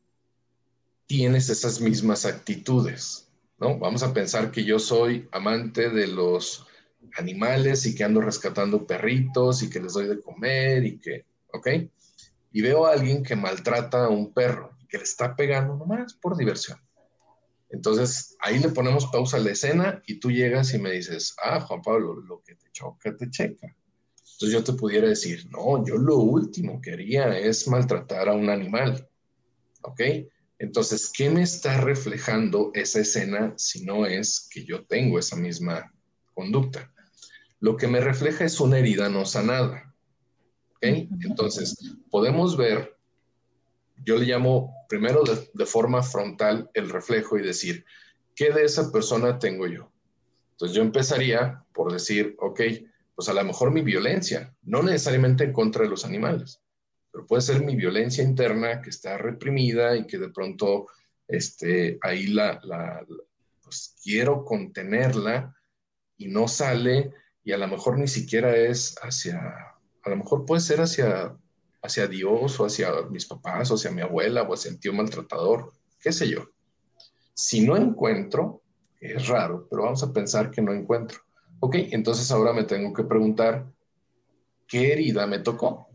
tienes esas mismas actitudes, ¿no? Vamos a pensar que yo soy amante de los animales y que ando rescatando perritos y que les doy de comer y que, ¿ok? Y veo a alguien que maltrata a un perro, que le está pegando nomás por diversión. Entonces, ahí le ponemos pausa a la escena y tú llegas y me dices, Juan Pablo, lo que te choca, te checa. Entonces yo te pudiera decir, no, yo lo último que haría es maltratar a un animal. ¿Ok? Entonces, ¿qué me está reflejando esa escena si no es que yo tengo esa misma conducta? Lo que me refleja es una herida no sanada. ¿Ok? Entonces, podemos ver, yo le llamo primero de forma frontal el reflejo y decir, ¿qué de esa persona tengo yo? Entonces yo empezaría por decir, ok, pues a lo mejor mi violencia, no necesariamente en contra de los animales, pero puede ser mi violencia interna que está reprimida y que de pronto ahí pues quiero contenerla y no sale y a lo mejor ni siquiera es a lo mejor puede ser hacia Dios o hacia mis papás o hacia mi abuela o hacia el tío maltratador, qué sé yo. Si no encuentro, es raro, pero vamos a pensar que no encuentro. Ok, entonces ahora me tengo que preguntar, ¿qué herida me tocó?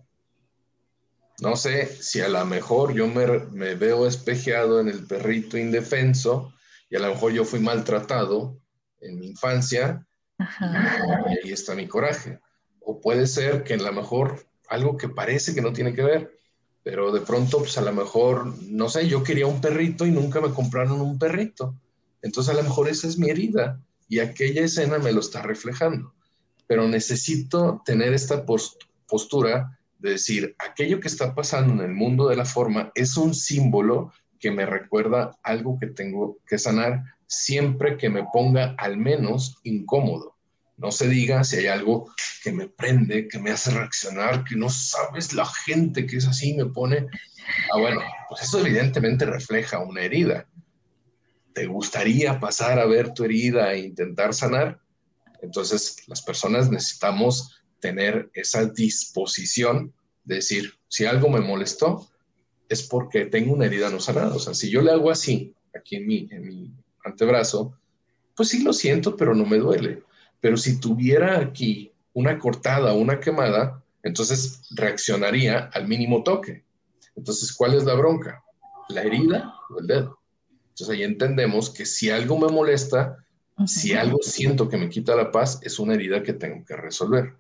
No sé si a lo mejor yo me veo espejeado en el perrito indefenso y a lo mejor yo fui maltratado en mi infancia y ahí está mi coraje. O puede ser que a lo mejor algo que parece que no tiene que ver, pero de pronto pues a lo mejor, no sé, yo quería un perrito y nunca me compraron un perrito. Entonces a lo mejor esa es mi herida y aquella escena me lo está reflejando. Pero necesito tener esta postura de decir, aquello que está pasando en el mundo de la forma es un símbolo que me recuerda algo que tengo que sanar siempre que me ponga al menos incómodo. No se diga si hay algo que me prende, que me hace reaccionar, que no sabes la gente que es así, me pone, bueno, pues eso evidentemente refleja una herida. ¿Te gustaría pasar a ver tu herida e intentar sanar? Entonces, las personas necesitamos tener esa disposición de decir, si algo me molestó, es porque tengo una herida no sanada. O sea, si yo le hago así, aquí en mi antebrazo, pues sí lo siento, pero no me duele. Pero si tuviera aquí una cortada o una quemada, entonces reaccionaría al mínimo toque. Entonces, ¿cuál es la bronca? ¿La herida o el dedo? Entonces ahí entendemos que si algo me molesta, si algo siento que me quita la paz, es una herida que tengo que resolver.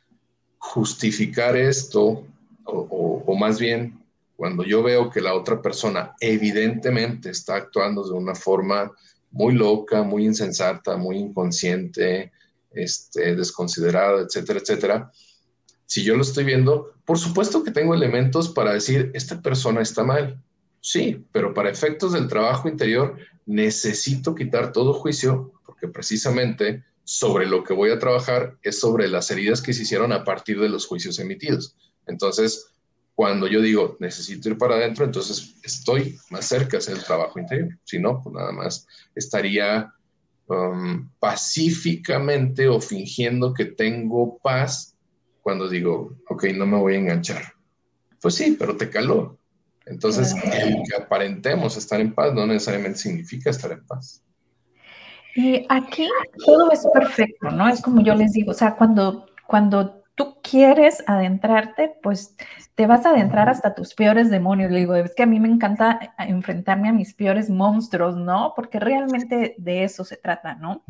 Justificar esto, o más bien, cuando yo veo que la otra persona evidentemente está actuando de una forma muy loca, muy insensata, muy inconsciente, desconsiderada, etcétera, etcétera. Si yo lo estoy viendo, por supuesto que tengo elementos para decir, esta persona está mal. Sí, pero para efectos del trabajo interior necesito quitar todo juicio porque precisamente sobre lo que voy a trabajar es sobre las heridas que se hicieron a partir de los juicios emitidos. Entonces, cuando yo digo necesito ir para adentro, entonces estoy más cerca de hacer el trabajo interior. Si no, pues nada más estaría pacíficamente o fingiendo que tengo paz cuando digo, ok, no me voy a enganchar. Pues sí, pero te caló. Entonces, el que aparentemos estar en paz no necesariamente significa estar en paz. Y aquí todo es perfecto, ¿no? Es como yo les digo, o sea, cuando tú quieres adentrarte, pues te vas a adentrar hasta tus peores demonios. Le digo, es que a mí me encanta enfrentarme a mis peores monstruos, ¿no? Porque realmente de eso se trata, ¿no?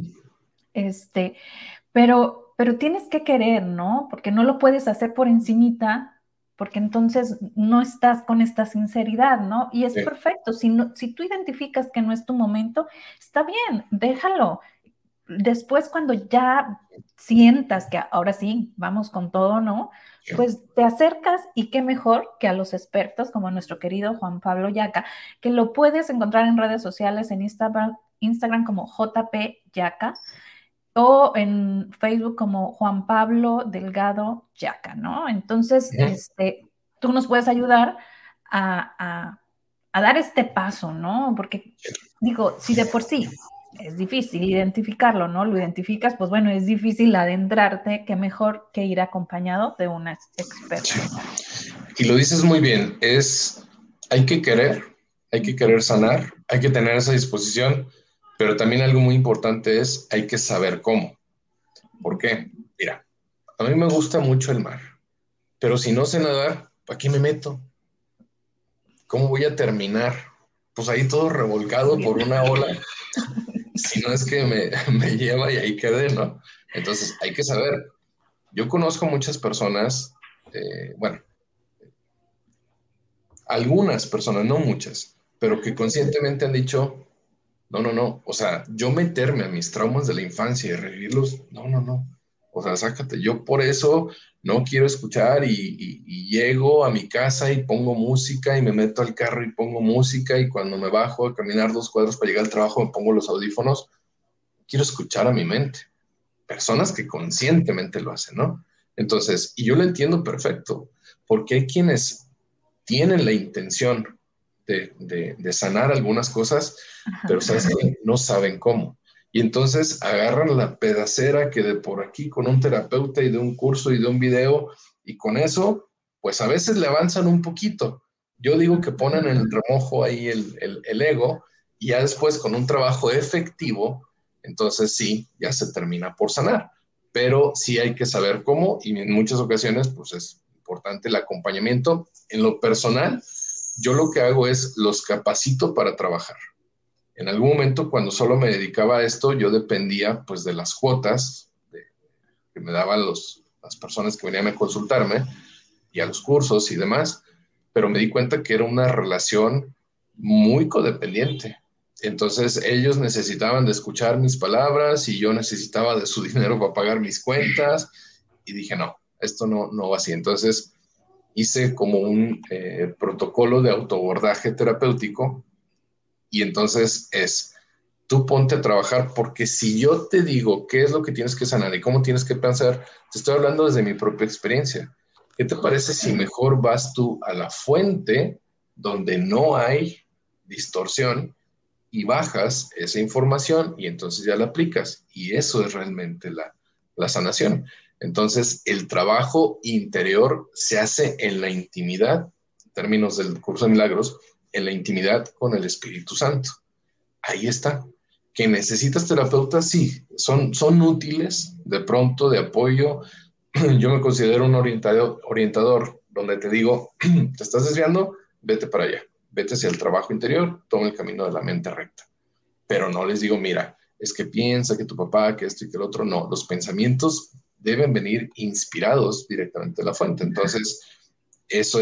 Pero tienes que querer, ¿no? Porque no lo puedes hacer por encimita, porque entonces no estás con esta sinceridad, ¿no? Y es perfecto. Si tú identificas que no es tu momento, está bien, déjalo. Después, cuando ya sientas que ahora sí, vamos con todo, ¿no? Pues te acercas y qué mejor que a los expertos como nuestro querido Juan Pablo Yaca, que lo puedes encontrar en redes sociales, en Instagram como JP Yaca, o en Facebook como Juan Pablo Delgado Yaca, ¿no? Entonces, tú nos puedes ayudar a dar este paso, ¿no? Porque digo, si de por sí es difícil identificarlo, ¿no? Lo identificas, pues bueno, es difícil adentrarte, qué mejor que ir acompañado de una experta. Y lo dices muy bien, hay que querer sanar, hay que tener esa disposición, pero también algo muy importante es, hay que saber cómo. ¿Por qué? Mira, a mí me gusta mucho el mar, pero si no sé nadar, ¿para qué me meto? ¿Cómo voy a terminar? Pues ahí todo revolcado por una ola, si no es que me lleva y ahí quedé, ¿no? Entonces hay que saber. Yo conozco muchas personas, bueno, algunas personas, no muchas, pero que conscientemente han dicho, no, o sea, yo meterme a mis traumas de la infancia y revivirlos, no, o sea, sácate, yo por eso no quiero escuchar y llego a mi casa y pongo música y me meto al carro y pongo música y cuando me bajo a caminar 2 cuadros para llegar al trabajo me pongo los audífonos, quiero escuchar a mi mente, personas que conscientemente lo hacen, ¿no? Entonces, y yo lo entiendo perfecto, porque hay quienes tienen la intención de sanar algunas cosas, pero sabes que no saben cómo. Y entonces agarran la pedacera que de por aquí con un terapeuta y de un curso y de un video, y con eso, pues a veces le avanzan un poquito. Yo digo que ponen en el remojo ahí el ego, y ya después con un trabajo efectivo, entonces sí, ya se termina por sanar. Pero sí hay que saber cómo, y en muchas ocasiones, pues es importante el acompañamiento. En lo personal, yo lo que hago es los capacito para trabajar. En algún momento, cuando solo me dedicaba a esto, yo dependía pues de las cuotas que me daban las personas que venían a consultarme y a los cursos y demás, pero me di cuenta que era una relación muy codependiente. Entonces ellos necesitaban de escuchar mis palabras y yo necesitaba de su dinero para pagar mis cuentas y dije, no, esto no va así. Entonces hice como un protocolo de autobordaje terapéutico y entonces tú ponte a trabajar porque si yo te digo qué es lo que tienes que sanar y cómo tienes que pensar, te estoy hablando desde mi propia experiencia. ¿Qué te parece si mejor vas tú a la fuente donde no hay distorsión y bajas esa información y entonces ya la aplicas? Y eso es realmente la sanación. Entonces, el trabajo interior se hace en la intimidad, en términos del curso de milagros, en la intimidad con el Espíritu Santo. Ahí está. ¿Que necesitas terapeutas? Sí, son útiles de pronto, de apoyo. Yo me considero un orientador donde te digo, te estás desviando, vete para allá, vete hacia el trabajo interior, toma el camino de la mente recta. Pero no les digo, mira, es que piensa que tu papá, que esto y que el otro, no, los pensamientos deben venir inspirados directamente de la fuente. Entonces, eso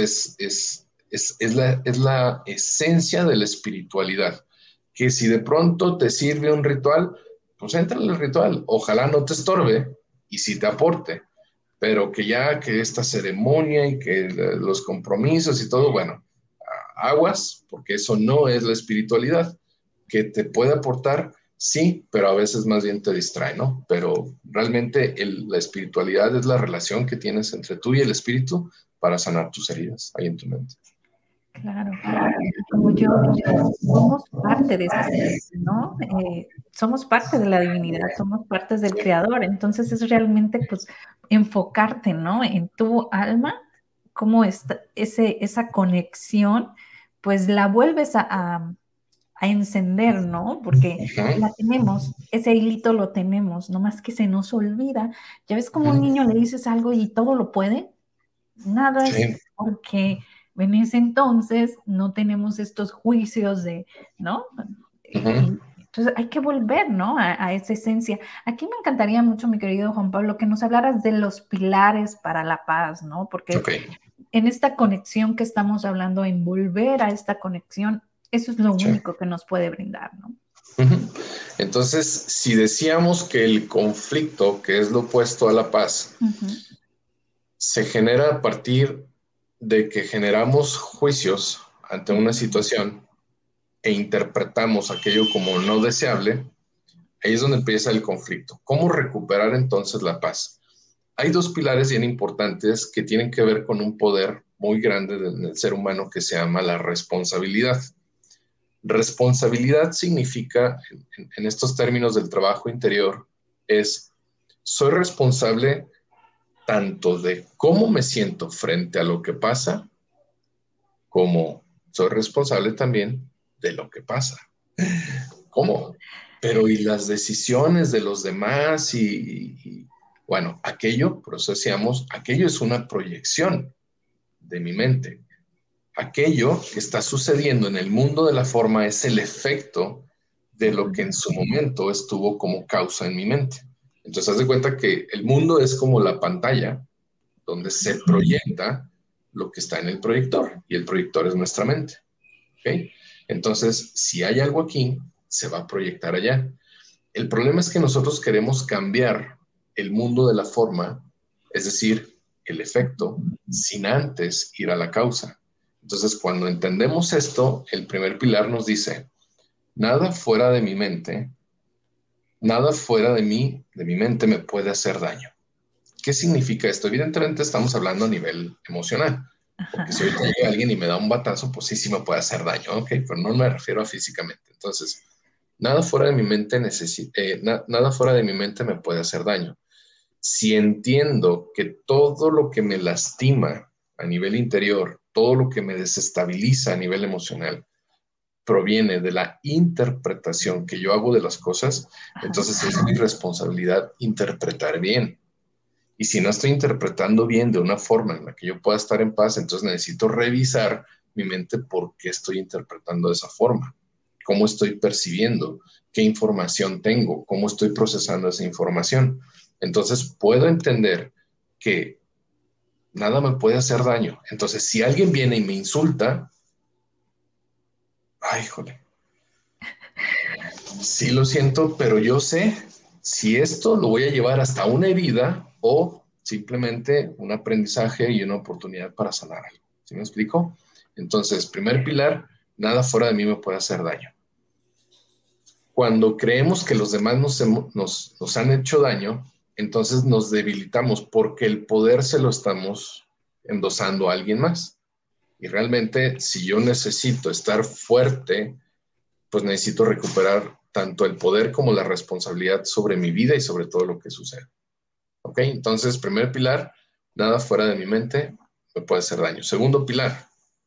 es la esencia de la espiritualidad, que si de pronto te sirve un ritual, pues entra en el ritual, ojalá no te estorbe y si te aporte, pero que ya que esta ceremonia y que los compromisos y todo, bueno, aguas, porque eso no es la espiritualidad, que te puede aportar, sí, pero a veces más bien te distrae, ¿no? Pero realmente la espiritualidad es la relación que tienes entre tú y el espíritu para sanar tus heridas ahí en tu mente. Claro, como yo digo, somos parte de ese espíritu, ¿no? Somos parte de la divinidad, somos partes del creador, entonces es realmente pues enfocarte, ¿no? En tu alma cómo esa conexión, pues la vuelves a encender, ¿no? Porque Ujú, la tenemos, ese hilito lo tenemos, nomás que se nos olvida. Ya ves como a un ujú. niño le dices algo y todo lo puede. Nada es Sí, porque en ese entonces no tenemos estos juicios de, ¿no? ujú, Entonces hay que volver, ¿no? A esa esencia. Aquí me encantaría mucho, mi querido Juan Pablo, que nos hablaras de los pilares para la paz, ¿no? Porque ok, en esta conexión que estamos hablando, en volver a esta conexión, eso es lo sí. único que nos puede brindar, ¿no? Ujú. Entonces, si decíamos que el conflicto, que es lo opuesto a la paz, Ujú, se genera a partir de que generamos juicios ante una ujú, situación e interpretamos aquello como no deseable, ahí es donde empieza el conflicto. ¿Cómo recuperar entonces la paz? Hay dos pilares bien importantes que tienen que ver con un poder muy grande del ser humano que se llama la responsabilidad. Responsabilidad significa, en estos términos del trabajo interior, es soy responsable tanto de cómo me siento frente a lo que pasa, como soy responsable también de lo que pasa. ¿Cómo? Pero y las decisiones de los demás bueno, aquello, por eso decíamos, aquello es una proyección de mi mente. Aquello que está sucediendo en el mundo de la forma es el efecto de lo que ujú, en su momento estuvo como causa en mi mente. Entonces, haz de cuenta que el mundo es como la pantalla donde se proyecta lo que está en el proyector y el proyector es nuestra mente. ¿Ok? Entonces, si hay algo aquí, se va a proyectar allá. El problema es que nosotros queremos cambiar el mundo de la forma, es decir, el efecto, sin antes ir a la causa. Entonces, cuando entendemos esto, el primer pilar nos dice, nada fuera de mi mente, nada fuera de mi mente me puede hacer daño. ¿Qué significa esto? Evidentemente estamos hablando a nivel emocional, porque si ajá, ahorita llega alguien y me da un batazo, pues sí me puede hacer daño, ¿ok? Pero no me refiero a físicamente. Entonces, nada fuera de mi mente nada fuera de mi mente me puede hacer daño. Si entiendo que todo lo que me lastima a nivel interior, todo lo que me desestabiliza a nivel emocional, proviene de la interpretación que yo hago de las cosas, ajá, entonces es mi responsabilidad interpretar bien. Y si no estoy interpretando bien de una forma en la que yo pueda estar en paz, entonces necesito revisar mi mente por qué estoy interpretando de esa forma, cómo estoy percibiendo, qué información tengo, cómo estoy procesando esa información. Entonces puedo entender que nada me puede hacer daño. Entonces, si alguien viene y me insulta, ay, jole, sí lo siento, pero yo sé si esto lo voy a llevar hasta una herida o simplemente un aprendizaje y una oportunidad para sanar algo. ¿Sí me explico? Entonces, primer pilar, nada fuera de mí me puede hacer daño. Cuando creemos que los demás nos han hecho daño, entonces nos debilitamos porque el poder se lo estamos endosando a alguien más. Y realmente, si yo necesito estar fuerte, pues necesito recuperar tanto el poder como la responsabilidad sobre mi vida y sobre todo lo que sucede. ¿Ok? Entonces, primer pilar, nada fuera de mi mente me puede hacer daño. Segundo pilar,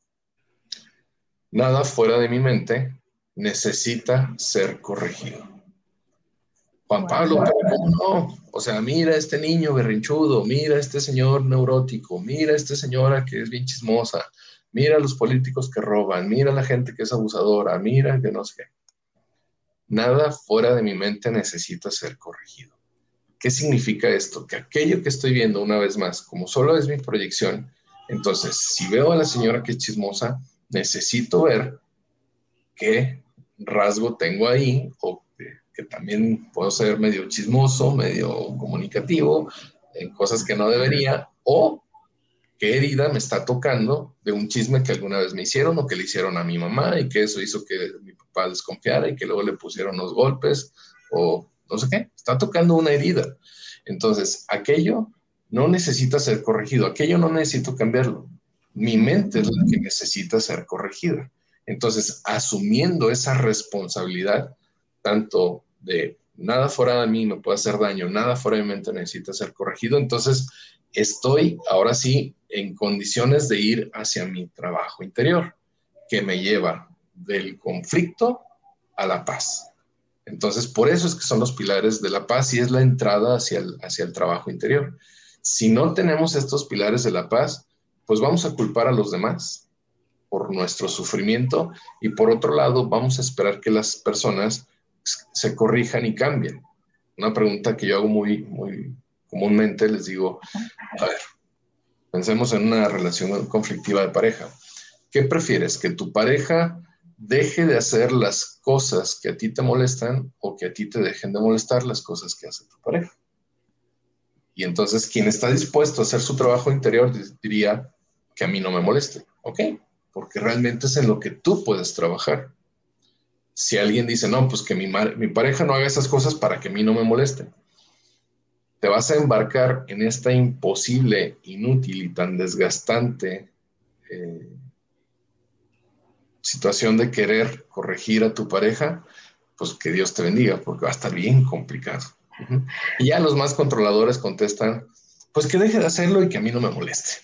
nada fuera de mi mente necesita ser corregido. Juan Pablo, wow, pero ¿cómo no? O sea, mira este niño berrinchudo, mira este señor neurótico, mira esta señora que es bien chismosa, mira los políticos que roban, mira la gente que es abusadora, mira que no sé qué. Nada fuera de mi mente necesita ser corregido. ¿Qué significa esto? Que aquello que estoy viendo una vez más, como solo es mi proyección, entonces si veo a la señora que es chismosa, necesito ver qué rasgo tengo ahí o que también puedo ser medio chismoso, medio comunicativo, en cosas que no debería, o qué herida me está tocando de un chisme que alguna vez me hicieron o que le hicieron a mi mamá y que eso hizo que mi papá desconfiara y que luego le pusieron los golpes o no sé qué, está tocando una herida. Entonces, aquello no necesita ser corregido, aquello no necesito cambiarlo. Mi mente es la que necesita ser corregida. Entonces, asumiendo esa responsabilidad, tanto de nada fuera de mí me puede hacer daño, nada fuera de mi mente necesita ser corregido, entonces estoy ahora sí en condiciones de ir hacia mi trabajo interior, que me lleva del conflicto a la paz. Entonces, por eso es que son los pilares de la paz y es la entrada hacia el trabajo interior. Si no tenemos estos pilares de la paz, pues vamos a culpar a los demás por nuestro sufrimiento y por otro lado vamos a esperar que las personas se corrijan y cambien. Una pregunta que yo hago muy, muy comúnmente, les digo, a ver, pensemos en una relación conflictiva de pareja. ¿Qué prefieres? ¿Que tu pareja deje de hacer las cosas que a ti te molestan o que a ti te dejen de molestar las cosas que hace tu pareja? Y entonces quien está dispuesto a hacer su trabajo interior diría que a mí no me moleste, ¿ok? Porque realmente es en lo que tú puedes trabajar. Si alguien dice, no, pues que mi pareja no haga esas cosas para que a mí no me moleste, te vas a embarcar en esta imposible, inútil y tan desgastante situación de querer corregir a tu pareja, pues que Dios te bendiga, porque va a estar bien complicado. Uh-huh. Y ya los más controladores contestan, pues que deje de hacerlo y que a mí no me moleste.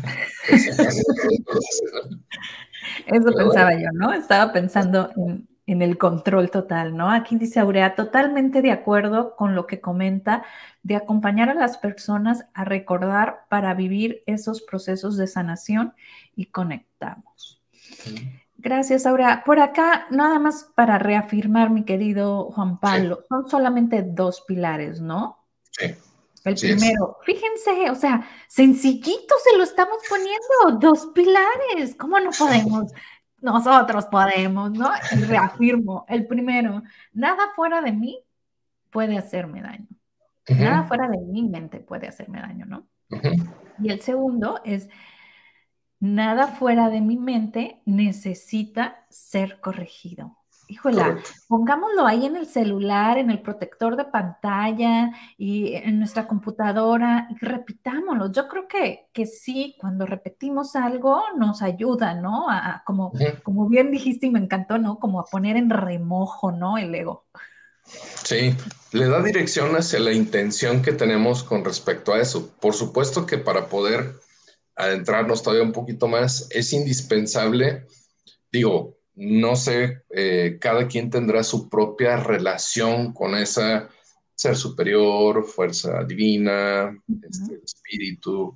Eso pensaba yo, ¿no? Estaba pensando en el control total, ¿no? Aquí dice Aurea, totalmente de acuerdo con lo que comenta, de acompañar a las personas a recordar para vivir esos procesos de sanación y conectamos. Gracias, Aurea. Por acá, nada más para reafirmar, mi querido Juan Pablo, sí, son solamente 2 pilares, ¿no? Sí. El primero, fíjense, o sea, sencillito se lo estamos poniendo, 2 pilares, ¿cómo no podemos? Nosotros podemos, ¿no? Y reafirmo, el primero, nada fuera de mí puede hacerme daño. Uh-huh. Nada fuera de mi mente puede hacerme daño, ¿no? Uh-huh. Y el segundo es, nada fuera de mi mente necesita ser corregido. Híjola, correcto, pongámoslo ahí en el celular, en el protector de pantalla y en nuestra computadora y repitámoslo. Yo creo que sí, cuando repetimos algo nos ayuda, ¿no? Como, uh-huh, como bien dijiste y me encantó, ¿no? Como a poner en remojo, ¿no? El ego. Sí, le da dirección hacia la intención que tenemos con respecto a eso. Por supuesto que para poder adentrarnos todavía un poquito más, es indispensable, digo, no sé, cada quien tendrá su propia relación con esa ser superior, fuerza divina, espíritu,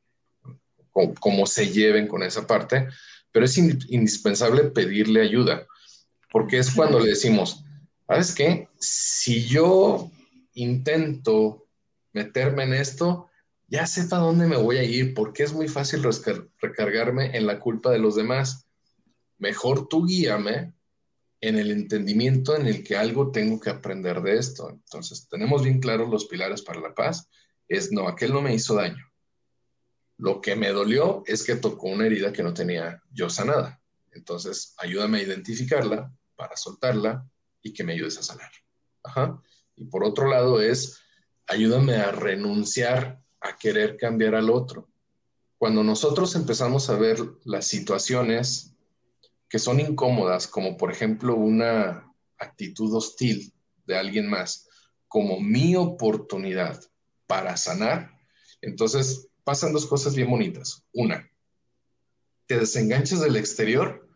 cómo se lleven con esa parte, pero es indispensable pedirle ayuda, porque es cuando le decimos, ¿sabes qué? Si yo intento meterme en esto, ya sé para dónde me voy a ir, porque es muy fácil recargarme en la culpa de los demás. Mejor tú guíame en el entendimiento en el que algo tengo que aprender de esto. Entonces, tenemos bien claros los pilares para la paz. Es, no, aquel no me hizo daño. Lo que me dolió es que tocó una herida que no tenía yo sanada. Entonces, ayúdame a identificarla para soltarla y que me ayudes a sanar. Ajá. Y por otro lado es, ayúdame a renunciar a querer cambiar al otro. Cuando nosotros empezamos a ver las situaciones que son incómodas, como por ejemplo una actitud hostil de alguien más, como mi oportunidad para sanar, entonces pasan 2 cosas bien bonitas. Una, te desenganchas del exterior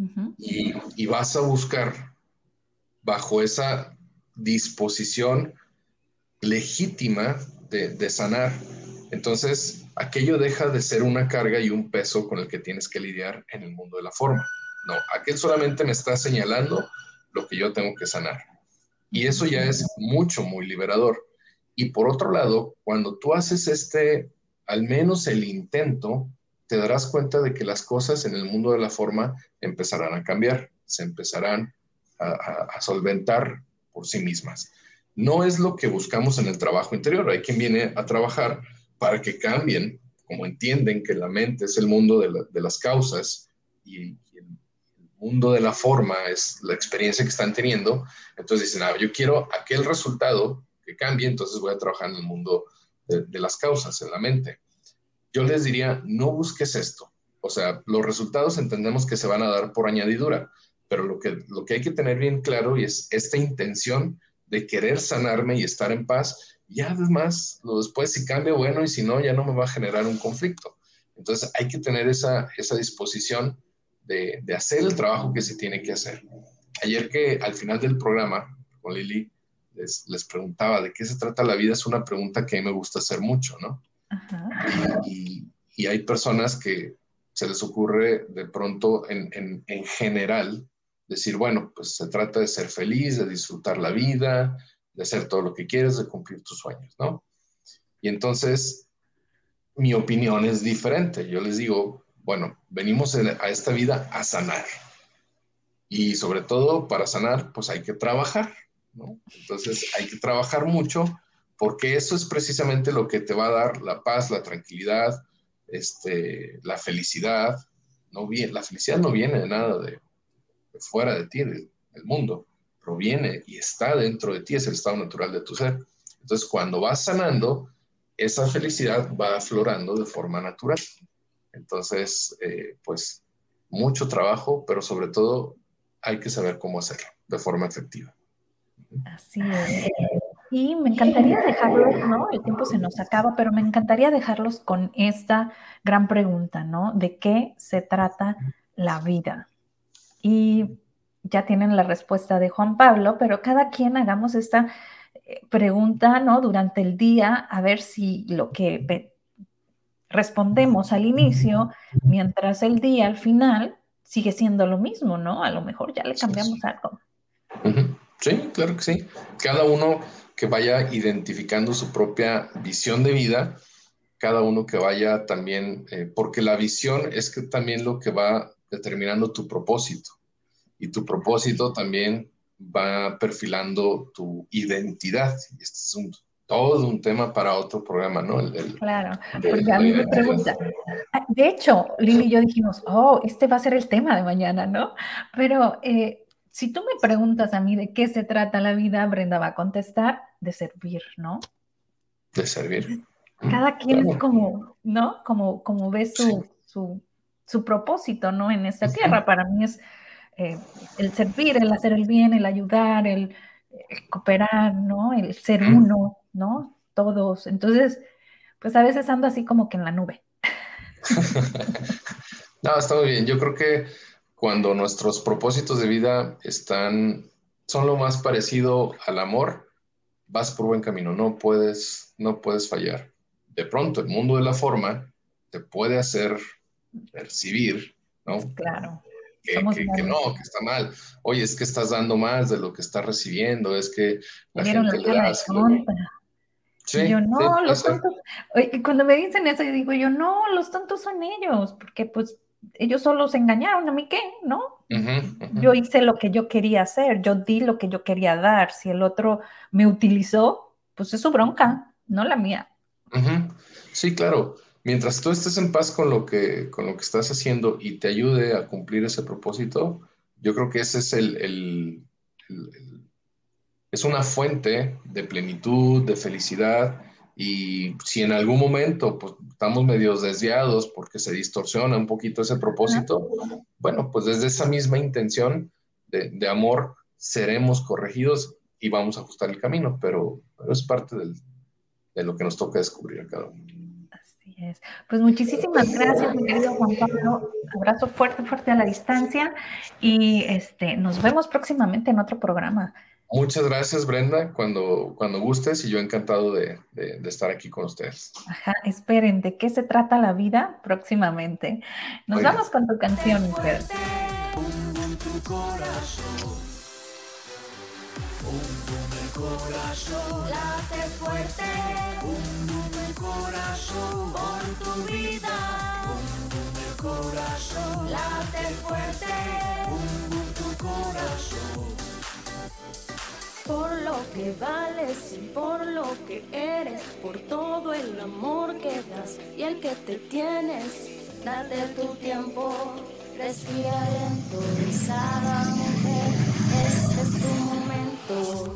y vas a buscar bajo esa disposición legítima de sanar. Entonces, aquello deja de ser una carga y un peso con el que tienes que lidiar en el mundo de la forma. No, aquel solamente me está señalando lo que yo tengo que sanar. Y eso ya es mucho, muy liberador. Y por otro lado, cuando tú haces al menos el intento, te darás cuenta de que las cosas en el mundo de la forma empezarán a cambiar, se empezarán a solventar por sí mismas. No es lo que buscamos en el trabajo interior. Hay quien viene a trabajar para que cambien, como entienden que la mente es el mundo de las causas y el mundo de la forma es la experiencia que están teniendo. Entonces dicen, yo quiero aquel resultado que cambie, entonces voy a trabajar en el mundo de las causas, en la mente. Yo les diría, no busques esto. O sea, los resultados entendemos que se van a dar por añadidura, pero lo que hay que tener bien claro y es esta intención de querer sanarme y estar en paz Y además, lo después si cambia, bueno, y si no, ya no me va a generar un conflicto. Entonces hay que tener esa disposición de hacer el trabajo que se tiene que hacer. Ayer que al final del programa con Lili les preguntaba de qué se trata la vida, es una pregunta que a mí me gusta hacer mucho, ¿no? Ajá. Y hay personas que se les ocurre de pronto en general decir, bueno, pues se trata de ser feliz, de disfrutar la vida, de hacer todo lo que quieres, de cumplir tus sueños, ¿no? Y entonces mi opinión es diferente. Yo les digo, bueno, venimos a esta vida a sanar. Y sobre todo para sanar, pues hay que trabajar, ¿no? Entonces hay que trabajar mucho porque eso es precisamente lo que te va a dar la paz, la tranquilidad, la felicidad. La felicidad no viene de nada de fuera de ti, del mundo, proviene y está dentro de ti, es el estado natural de tu ser. Entonces cuando vas sanando, esa felicidad va aflorando de forma natural. Entonces, pues mucho trabajo, pero sobre todo hay que saber cómo hacerlo de forma efectiva. Así es. Y me encantaría dejarlos, ¿no? El tiempo se nos acaba, pero me encantaría dejarlos con esta gran pregunta, ¿no? ¿De qué se trata la vida? Y ya tienen la respuesta de Juan Pablo, pero cada quien hagamos esta pregunta, ¿no? Durante el día, a ver si lo que respondemos al inicio, mientras el día al final sigue siendo lo mismo, ¿no? A lo mejor ya le cambiamos algo. Sí, claro que sí. Cada uno que vaya identificando su propia visión de vida, cada uno que vaya también, porque la visión es que también lo que va determinando tu propósito y tu propósito también va perfilando tu identidad. Y este es todo un tema para otro programa, ¿no? Claro, De porque a la mí me identidad. preguntan, de hecho, Lili y yo dijimos, oh, este va a ser el tema de mañana, ¿no? Pero si tú me preguntas a mí de qué se trata la vida, Brenda va a contestar de servir, ¿no? De servir. Cada quien es Claro. como, ¿no? Como ve Sí. su propósito, ¿no? En esta tierra. Para mí es el servir, el hacer el bien, el ayudar, el cooperar, ¿no? El ser uno, ¿no? Todos. Entonces, pues a veces ando así como que en la nube. No, está muy bien. Yo creo que cuando nuestros propósitos de vida son lo más parecido al amor, vas por buen camino, no puedes fallar. De pronto, el mundo de la forma te puede hacer percibir, ¿no? Claro, Que, somos que, que muy... no, que está mal. Oye, es que estás dando más de lo que estás recibiendo, es que Me la vieron gente la le cara da de así luego. tonta. Y yo, Sí, sí, no, puede los ser. tontos, oye, cuando me dicen eso, yo digo yo, no, los tontos son ellos, porque pues ellos solo se engañaron, ¿a mí qué? ¿No? Ujú, Yo ujú. hice lo que yo quería hacer, yo di lo que yo quería dar, si el otro me utilizó, pues es su bronca, no la mía. Ujú. Sí, claro. Mientras tú estés en paz con lo que estás haciendo y te ayude a cumplir ese propósito, yo creo que ese es es una fuente de plenitud, de felicidad. Y si en algún momento pues, estamos medios desviados porque se distorsiona un poquito ese Ajá. propósito, bueno, pues desde esa misma intención de amor seremos corregidos y vamos a ajustar el camino, pero es parte de lo que nos toca descubrir a cada uno. Así es. Pues muchísimas gracias, mi querido Juan Pablo. Abrazo fuerte, fuerte a la distancia y nos vemos próximamente en otro programa. Muchas gracias, Brenda, cuando gustes y yo encantado de estar aquí con ustedes. Ajá, esperen, ¿de qué se trata la vida próximamente? Nos Muy bien. vamos con tu canción, mujer. Bum, bum, tu corazón. Bum, bum, el corazón. Late fuerte. Bum, bum, el corazón. Por tu vida. Bum, bum, el corazón. Late fuerte. Bum, bum, tu corazón. Por lo que vales y por lo que eres, por todo el amor que das y el que te tienes, date tu tiempo, respira lento, besada mujer, este es tu momento.